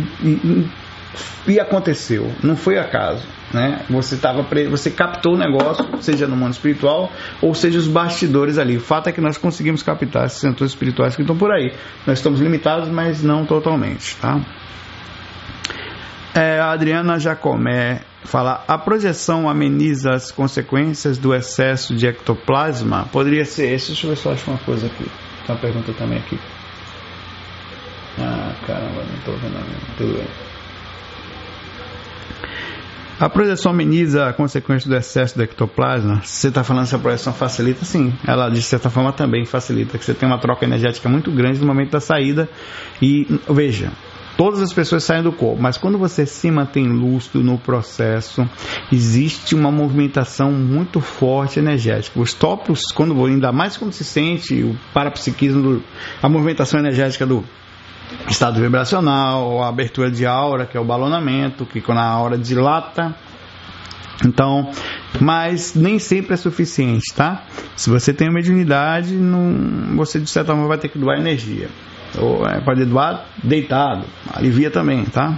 e aconteceu, não foi acaso, né? Você captou o negócio, seja no mundo espiritual ou seja os bastidores ali. O fato é que nós conseguimos captar esses sensores espirituais que estão por aí. Nós estamos limitados, mas não totalmente, tá? A Adriana Jacomé fala: a projeção ameniza as consequências do excesso de ectoplasma? Poderia ser esse. Deixa eu ver se eu acho uma coisa aqui. Tem uma pergunta também aqui. Caramba, não estou vendo. Tudo bem. A projeção ameniza a consequência do excesso do ectoplasma? Você está falando se a projeção facilita? Sim, ela de certa forma também facilita, que você tem uma troca energética muito grande no momento da saída. E veja, todas as pessoas saem do corpo, mas quando você se mantém lúcido no processo, existe uma movimentação muito forte energética. Os tópicos, ainda mais quando se sente o parapsiquismo, a movimentação energética do estado vibracional, a abertura de aura, que é o balonamento, que quando a aura dilata. Então, mas nem sempre é suficiente, tá? Se você tem mediunidade, você de certa forma vai ter que doar energia. Ou pode doar deitado, alivia também, tá?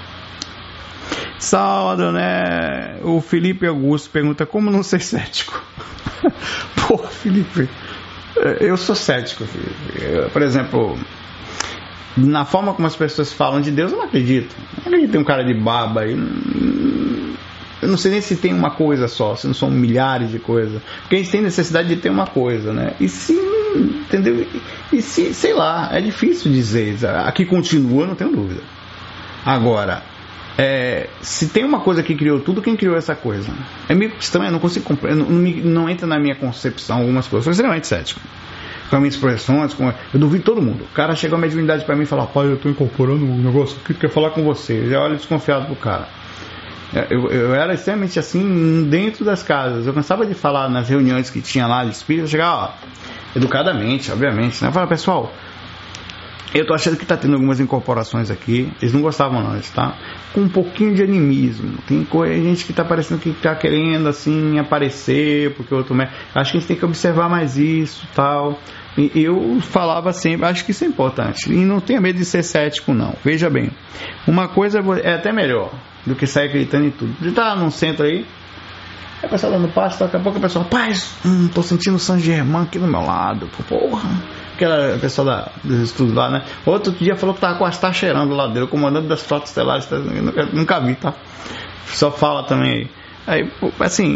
Salve, né? O Felipe Augusto pergunta: como não ser cético? Pô, Felipe, eu sou cético, Felipe. Por exemplo, na forma como as pessoas falam de Deus, eu não acredito. Não acredito que tem um cara de baba aí. Eu não sei nem se tem uma coisa só, se não são milhares de coisas. Porque a gente tem necessidade de ter uma coisa, né? E se, entendeu? E se, sei lá, é difícil dizer. Aqui continua, não tenho dúvida. Agora, se tem uma coisa que criou tudo, quem criou essa coisa? É meio estranho, eu não consigo compreender, não entra na minha concepção algumas coisas. Eu sou extremamente cético com as minhas expressões, eu duvido todo mundo. O cara chega a mediunidade pra mim e fala: pai, eu tô incorporando um negócio que quer falar com você. Eu já olho desconfiado pro cara. Eu era extremamente assim dentro das casas. Eu cansava de falar nas reuniões que tinha lá de espírito, eu chegava educadamente, obviamente, né? Eu falava: pessoal, eu tô achando que tá tendo algumas incorporações aqui. Eles não gostavam não, tá? Com um pouquinho de animismo. Tem gente que tá parecendo que tá querendo assim aparecer, porque outro... Acho que a gente tem que observar mais isso, tal. E eu falava sempre, acho que isso é importante. E não tenha medo de ser cético, não. Veja bem, uma coisa é até melhor do que sair acreditando em tudo. Você tá num centro aí, a pessoa dando passo, daqui a pouco a pessoa: rapaz, tô sentindo o San Germain aqui do meu lado. Porra, aquela pessoa dos estudos lá, né? Outro dia falou que tava quase cheirando do lado dele, o comandante das frotas estelares. Nunca vi, tá? Só fala também aí. Assim,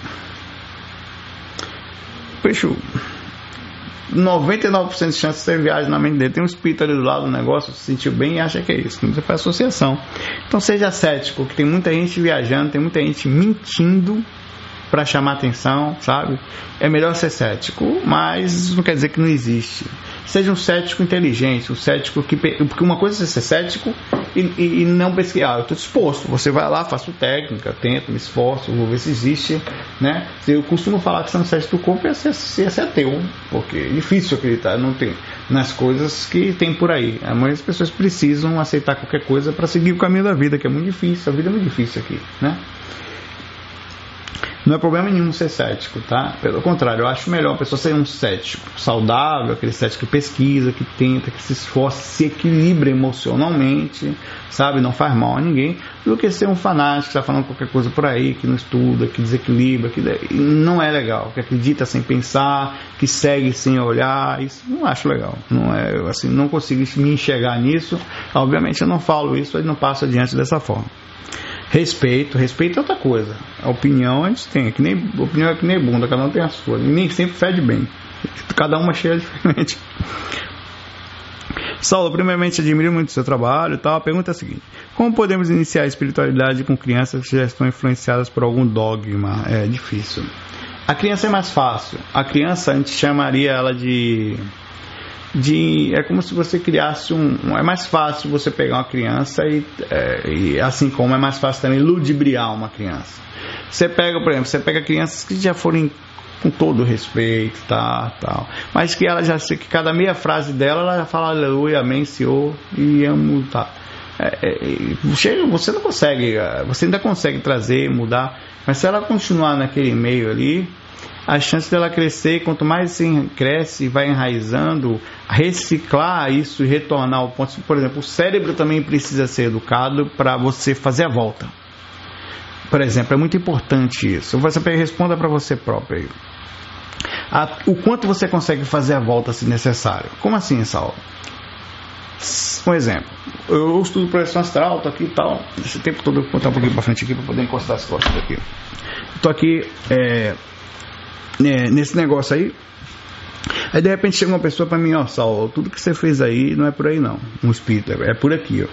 bicho, 99% de chance de ter viagem na mente dele. Tem um espírito ali do lado do negócio, se sentiu bem e acha que é isso. Você faz associação. Então seja cético, que tem muita gente viajando, tem muita gente mentindo para chamar atenção, sabe? É melhor ser cético, mas isso não quer dizer que não existe. Seja um cético inteligente, um cético que... Porque uma coisa é ser cético e não pesquisar. Eu estou disposto. Você vai lá, faço técnica, tento, me esforço, vou ver se existe, né? Eu costumo falar que ser um cético do corpo é ser ateu, porque é difícil acreditar, não tem, nas coisas que tem por aí. Muitas pessoas precisam aceitar qualquer coisa para seguir o caminho da vida, que é muito difícil. A vida é muito difícil aqui, né? Não é problema nenhum ser cético, tá? Pelo contrário, eu acho melhor a pessoa ser um cético saudável, aquele cético que pesquisa, que tenta, que se esforça, se equilibra emocionalmente, sabe? Não faz mal a ninguém, do que ser um fanático que está falando qualquer coisa por aí, que não estuda, que desequilibra, que não é legal, que acredita sem pensar, que segue sem olhar. Isso não acho legal. Não é, assim, não consigo me enxergar nisso. Obviamente eu não falo isso e não passo adiante dessa forma. Respeito é outra coisa. A opinião a gente tem, opinião é que nem bunda, cada um tem a sua. E nem sempre fede bem. Cada uma cheia diferente. Saulo, primeiramente admiro muito o seu trabalho e tal. A pergunta é a seguinte: como podemos iniciar a espiritualidade com crianças que já estão influenciadas por algum dogma? É difícil. A criança é mais fácil. A criança, a gente chamaria ela de é como se você criasse é mais fácil você pegar uma criança e assim como é mais fácil também ludibriar uma criança. Você pega, por exemplo, crianças que já foram com todo respeito, tal, mas que ela já sei que cada meia frase dela ela já fala aleluia, amém, senhor, e amo, tá. Você não consegue, você ainda consegue trazer, mudar, mas se ela continuar naquele meio ali, a chance dela crescer, quanto mais assim cresce e vai enraizando, reciclar isso e retornar ao ponto. Por exemplo, o cérebro também precisa ser educado para você fazer a volta. Por exemplo, é muito importante isso. Você responda para você próprio aí. O quanto você consegue fazer a volta se necessário. Como assim, Saulo? Um exemplo, eu estudo projeção astral, tô aqui e tal. Esse tempo todo eu vou botar um pouquinho para frente aqui para poder encostar as costas aqui. Tô aqui nesse negócio aí de repente chega uma pessoa para mim: ó, Saulo, tudo que você fez aí não é por aí não, um espírito, é por aqui,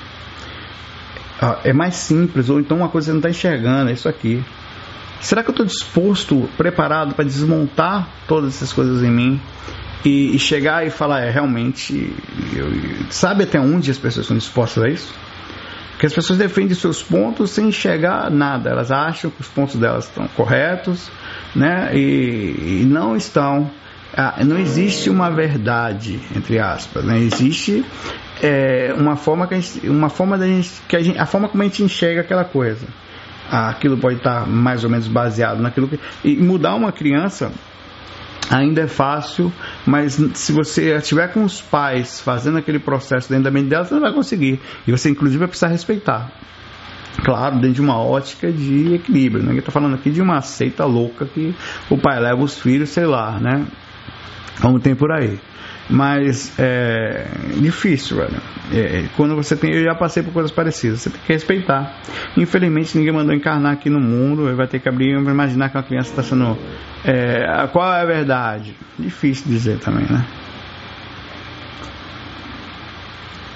ó. É mais simples, ou então uma coisa que você não está enxergando, é isso aqui. Será que eu estou disposto, preparado para desmontar todas essas coisas em mim e chegar e falar, realmente, sabe até onde as pessoas estão dispostas a isso? Porque as pessoas defendem seus pontos sem enxergar nada. Elas acham que os pontos delas estão corretos, né? E não estão. Não existe uma verdade, entre aspas, né? Existe a forma como a gente enxerga aquela coisa. Aquilo pode estar mais ou menos baseado naquilo que... E mudar uma criança ainda é fácil, mas se você estiver com os pais fazendo aquele processo dentro da mente dela, você não vai conseguir. E você inclusive vai precisar respeitar. Claro, dentro de uma ótica de equilíbrio. Ninguém está falando aqui de uma seita louca que o pai leva os filhos, sei lá, né? Como tem por aí. Mas é difícil, velho. Quando você tem... Eu já passei por coisas parecidas. Você tem que respeitar. Infelizmente ninguém mandou encarnar aqui no mundo. Vai ter que abrir e imaginar que uma criança está sendo... qual é a verdade? Difícil dizer também, né?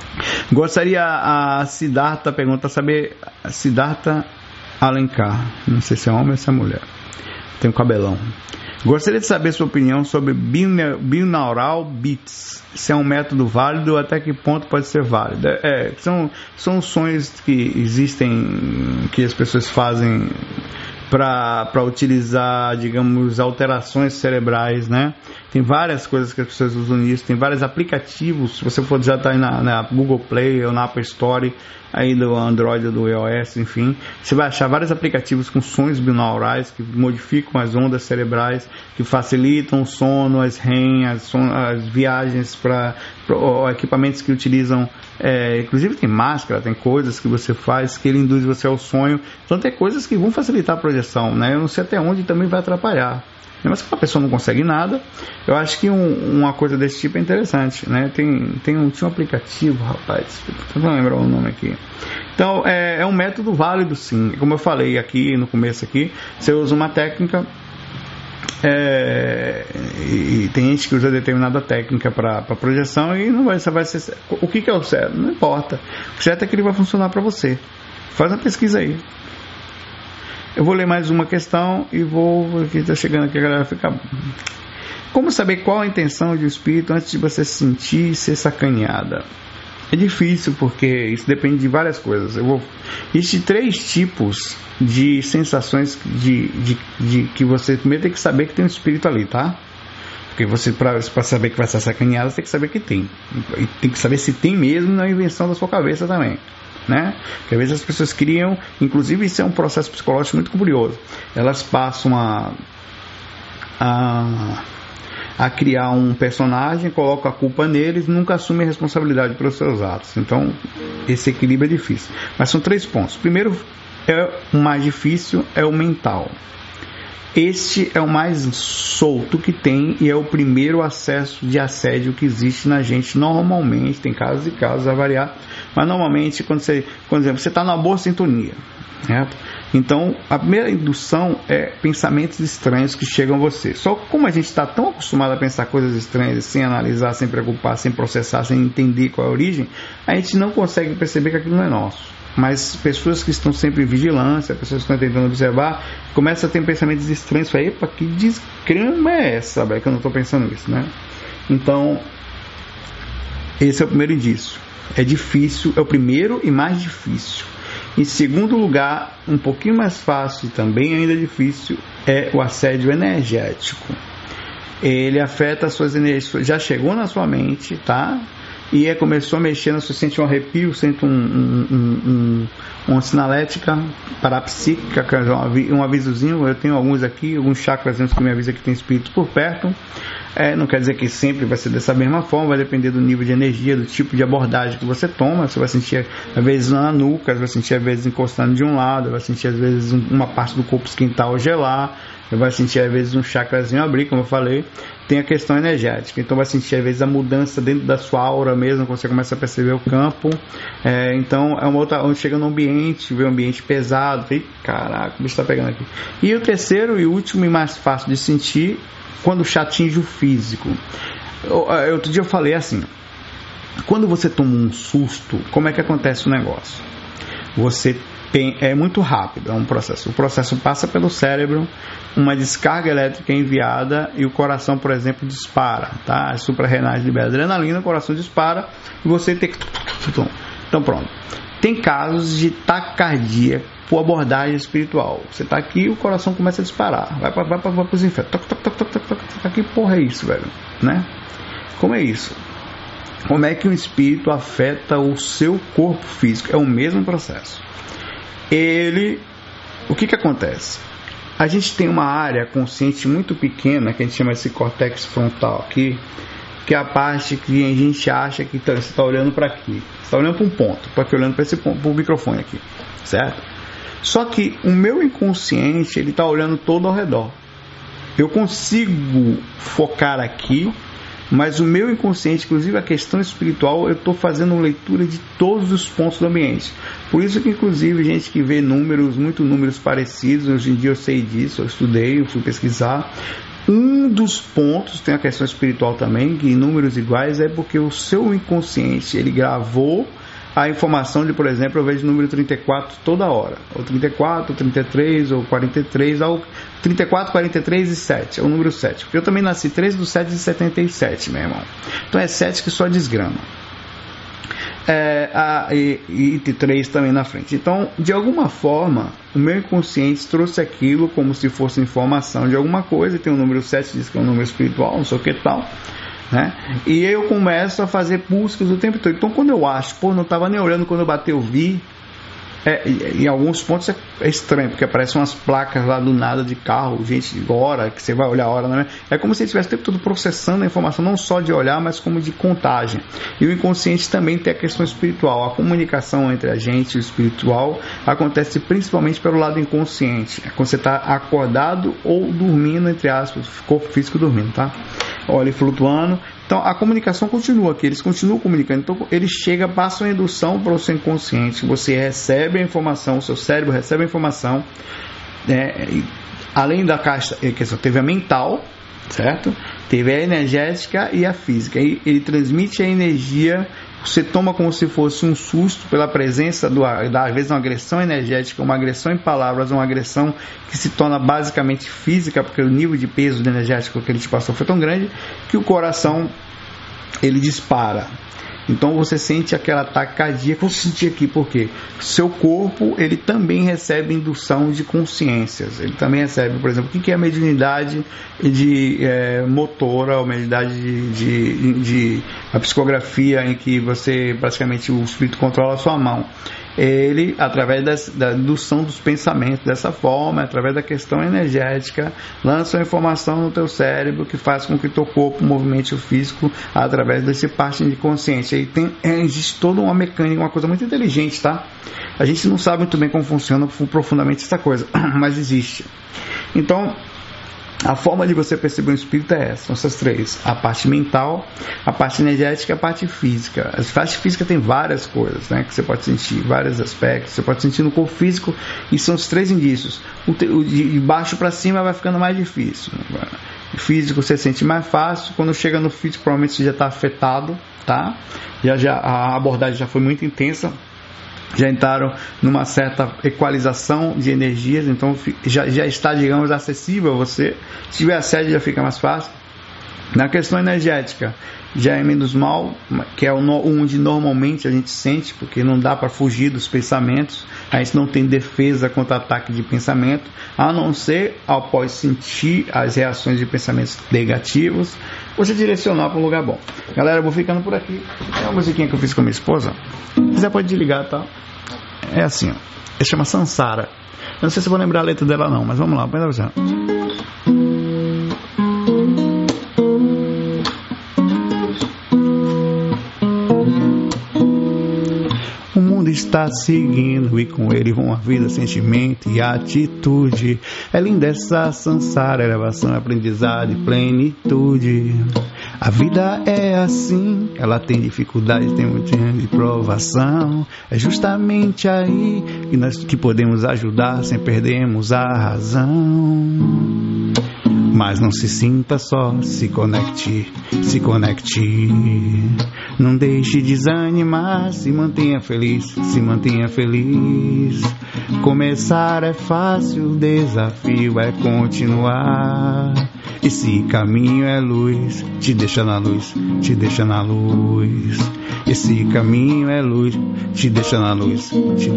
Gostaria, a Siddhartha pergunta, saber, Siddhartha Alencar, não sei se é homem ou se é mulher, tem um cabelão. Gostaria de saber sua opinião sobre binaural beats, se é um método válido ou até que ponto pode ser válido. São sonhos que existem, que as pessoas fazem para utilizar, digamos, alterações cerebrais, né? Tem várias coisas que as pessoas usam nisso, tem vários aplicativos. Se você for, já está aí na Google Play ou na Apple Store, aí do Android ou do iOS, enfim, você vai achar vários aplicativos com sons binaurais que modificam as ondas cerebrais, que facilitam o sono, as REM, as viagens para equipamentos que utilizam, inclusive tem máscara, tem coisas que você faz que ele induz você ao sonho. Então tem coisas que vão facilitar a projeção, né? Eu não sei até onde também vai atrapalhar. Mas que a pessoa não consegue nada, eu acho que uma coisa desse tipo é interessante, né? Tinha um aplicativo, rapaz, não lembro o nome aqui. Então é um método válido, sim. Como eu falei aqui no começo aqui, você usa uma técnica, e tem gente que usa determinada técnica para projeção e não vai ser. O que é o certo? Não importa. O certo é que ele vai funcionar para você. Faz uma pesquisa aí. Eu vou ler mais uma questão e aqui está chegando aqui, a galera fica. Como saber qual a intenção de um espírito antes de você se sentir ser sacaneada? É difícil, porque isso depende de várias coisas. Existem 3 tipos de sensações de que você primeiro tem que saber que tem um espírito ali, tá? Porque você, para saber que vai ser sacaneada, você tem que saber que tem. E tem que saber se tem mesmo na invenção da sua cabeça também. Né? Porque às vezes as pessoas criam, inclusive isso é um processo psicológico muito curioso, elas passam a criar um personagem, colocam a culpa neles, nunca assumem a responsabilidade pelos seus atos. Então esse equilíbrio é difícil, mas são 3 pontos. Primeiro, o mais difícil é o mental. Este é o mais solto que tem e é o primeiro acesso de assédio que existe na gente normalmente. Tem casos e casos, vai variar, mas normalmente quando você está numa boa sintonia, certo? Então a primeira indução é pensamentos estranhos que chegam a você. Só que como a gente está tão acostumado a pensar coisas estranhas sem analisar, sem preocupar, sem processar, sem entender qual é a origem, a gente não consegue perceber que aquilo não é nosso. Mas pessoas que estão sempre em vigilância, pessoas que estão tentando observar, começam a ter pensamentos estranhos. Epa, que desgrama é essa? É que eu não estou pensando isso, né? Então, esse é o primeiro indício. É difícil, é o primeiro e mais difícil. Em segundo lugar, um pouquinho mais fácil e também ainda difícil, é o assédio energético. Ele afeta as suas energias, já chegou na sua mente, tá? E começou a mexer, você sente um arrepio, sente uma sinalética parapsíquica, um avisozinho. Eu tenho alguns aqui, alguns chakras que me avisam que tem espírito por perto. Não quer dizer que sempre vai ser dessa mesma forma, vai depender do nível de energia, do tipo de abordagem que você toma. Você vai sentir às vezes na nuca, vai sentir às vezes encostando de um lado, vai sentir às vezes uma parte do corpo esquentar ou gelar, vai sentir às vezes um chakrazinho abrir, como eu falei. Tem a questão energética, então vai sentir às vezes a mudança dentro da sua aura mesmo, quando você começa a perceber o campo. Então é uma outra, onde chega no ambiente, vê um ambiente pesado, e caraca, o bicho está pegando aqui. E o terceiro e último e mais fácil de sentir, quando atinge o físico. Outro dia eu falei assim, quando você toma um susto, como é que acontece o negócio? É muito rápido, é um processo. O processo passa pelo cérebro, uma descarga elétrica é enviada e o coração, por exemplo, dispara, tá? As suprarrenais liberam adrenalina, o coração dispara e você tem que... Então pronto. Tem casos de taquicardia por abordagem espiritual. Você está aqui e o coração começa a disparar. Vai para os infernos. Que porra é isso, velho? Né? Como é isso? Como é que um espírito afeta o seu corpo físico? É o mesmo processo. O que acontece? A gente tem uma área consciente muito pequena, que a gente chama esse córtex frontal aqui, que é a parte que a gente acha que você está olhando para aqui. Você está olhando para um ponto, estou aqui olhando para esse ponto, para o microfone aqui, certo? Só que o meu inconsciente, ele está olhando todo ao redor. Eu consigo focar aqui, mas o meu inconsciente, inclusive a questão espiritual, eu estou fazendo leitura de todos os pontos do ambiente. Por isso que, inclusive, gente que vê muitos números parecidos, hoje em dia eu sei disso, eu estudei, eu fui pesquisar. Um dos pontos, tem a questão espiritual também, que em números iguais, é porque o seu inconsciente, ele gravou a informação de, por exemplo, eu vejo o número 34 toda hora, ou 34, ou 33, ou 43, ou 34, 43 e 7, é o número 7, porque eu também nasci 13/7/77, meu irmão, então é 7 que só desgrama. E 3 também na frente. Então, de alguma forma, o meu inconsciente trouxe aquilo como se fosse informação de alguma coisa, e tem o número 7, diz que é um número espiritual, não sei o que tal, né? E eu começo a fazer buscas o tempo todo. Então, quando eu acho, não estava nem olhando quando eu bati, eu vi. Em alguns pontos é estranho, porque aparecem umas placas lá do nada de carro, gente, hora, que você vai olhar a hora, né? É como se ele estivesse o tempo todo processando a informação, não só de olhar, mas como de contagem. E o inconsciente também tem a questão espiritual. A comunicação entre a gente e o espiritual acontece principalmente pelo lado inconsciente, quando você está acordado ou dormindo, entre aspas, corpo físico dormindo, tá? Olha, flutuando. Então a comunicação continua aqui, eles continuam comunicando. Então ele chega, passa uma indução para o seu inconsciente, você recebe a informação, o seu cérebro recebe a informação, além da caixa, teve a mental, certo? Teve a energética e a física. Ele transmite a energia, você toma como se fosse um susto pela presença às vezes uma agressão energética, uma agressão em palavras, uma agressão que se torna basicamente física, porque o nível de peso energético que ele te passou foi tão grande que o coração ele dispara. Então você sente aquele ataque cardíaco. Eu senti aqui porque seu corpo ele também recebe indução de consciências. Ele também recebe, por exemplo, o que é a mediunidade motora, ou mediunidade de a psicografia, em que você praticamente o espírito controla a sua mão. Ele, através da indução dos pensamentos, dessa forma, através da questão energética, lança uma informação no teu cérebro que faz com que o teu corpo movimente o físico através desse parte de consciência. Aí existe toda uma mecânica, uma coisa muito inteligente, tá? A gente não sabe muito bem como funciona profundamente essa coisa, mas existe. Então, a forma de você perceber o espírito é essa, são essas três: a parte mental, a parte energética e a parte física. A parte física tem várias coisas, né, que você pode sentir, vários aspectos. Você pode sentir no corpo físico, e são os três indícios. O de baixo para cima vai ficando mais difícil. O físico você sente mais fácil, quando chega no físico provavelmente você já está afetado, tá? A abordagem já foi muito intensa, já entraram numa certa equalização de energias, então já está, digamos, acessível a você. Se tiver assédio já fica mais fácil. Na questão energética já é menos mal, que é onde normalmente a gente sente, porque não dá para fugir dos pensamentos, a gente não tem defesa contra ataque de pensamento, a não ser após sentir as reações de pensamentos negativos, você direcionar para um lugar bom. Galera, eu vou ficando por aqui. É uma musiquinha que eu fiz com a minha esposa. Se quiser pode desligar, tá? É assim, ó. Ela chama Sansara. Eu não sei se eu vou lembrar a letra dela não, mas vamos lá, põe pra você. O mundo está seguindo e com ele vão a vida, sentimento e atitude. É linda essa Sansara, elevação, aprendizado e plenitude. A vida é assim, ela tem dificuldades, tem muito de provação. É justamente aí que podemos ajudar sem perdermos a razão. Mas não se sinta só, se conecte. Não deixe desanimar, se mantenha feliz. Começar é fácil, o desafio é continuar. Esse caminho é luz, te deixa na luz. Esse caminho é luz, te deixa na luz.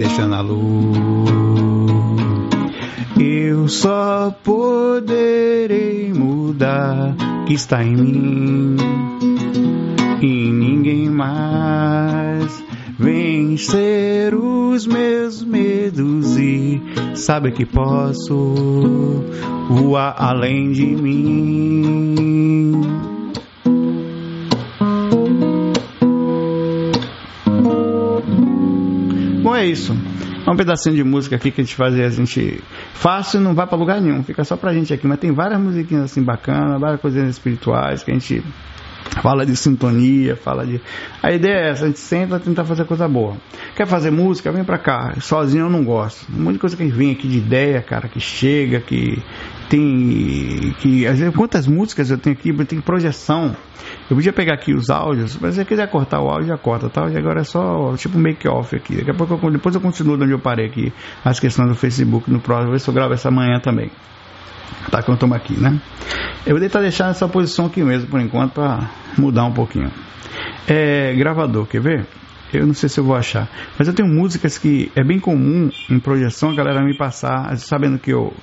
Eu só poderei mudar o que está em mim e ninguém mais. Vencer os meus medos e saber que posso voar além de mim. Bom, é isso. É um pedacinho de música aqui que a gente fácil, não vai pra lugar nenhum, fica só pra gente aqui, mas tem várias musiquinhas assim bacanas, várias coisinhas espirituais que a gente fala de sintonia, a ideia é essa, a gente senta tentar fazer coisa boa. Quer fazer música? Vem pra cá. Sozinho eu não gosto. Um monte de coisa que vem aqui de ideia, cara, que chega, que às vezes, quantas músicas eu tenho aqui, tem projeção. Eu podia pegar aqui os áudios, mas se você quiser cortar o áudio, já corta, tá? E agora é só tipo make-off aqui. Daqui a pouco, depois eu continuo de onde eu parei aqui, as questões do Facebook no próximo, vou ver se eu gravo essa manhã também. Tá, que eu tomo aqui, né? Eu vou tentar deixar nessa posição aqui mesmo, por enquanto, para mudar um pouquinho. Gravador, quer ver? Eu não sei se eu vou achar, mas eu tenho músicas que é bem comum em projeção a galera me passar, sabendo que eu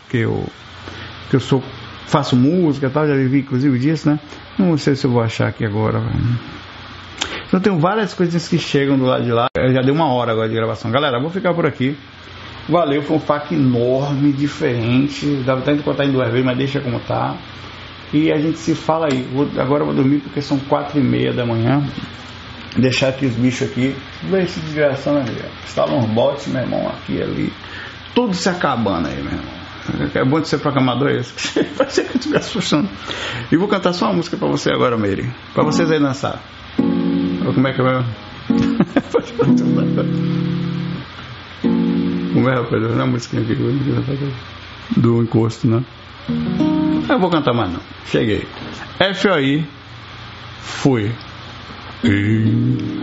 faço música e tal, já vivi inclusive disso, né? Não sei se eu vou achar aqui agora. Então eu tenho várias coisas que chegam do lado de lá. Eu já dei 1 hora agora de gravação. Galera, vou ficar por aqui. Valeu, foi um FAQ enorme, diferente. Dava até de contar em 2 vezes, mas deixa como tá. E a gente se fala aí. Agora eu vou dormir porque são 4h30 da manhã. Deixar aqui os bichos aqui. Ver esse desgração, né, amigo? Instala uns bots, meu irmão, aqui e ali. Tudo se acabando aí, meu irmão. É bom de ser programador esse. Vai ser que eu estiver assustando. E vou cantar só uma música pra você agora, Meire. Pra vocês aí dançar. Como é que é mesmo? Como é, rapaz? Não é uma musiquinha aqui do encosto, né? Eu vou cantar mais não. Cheguei. FOI. Fui.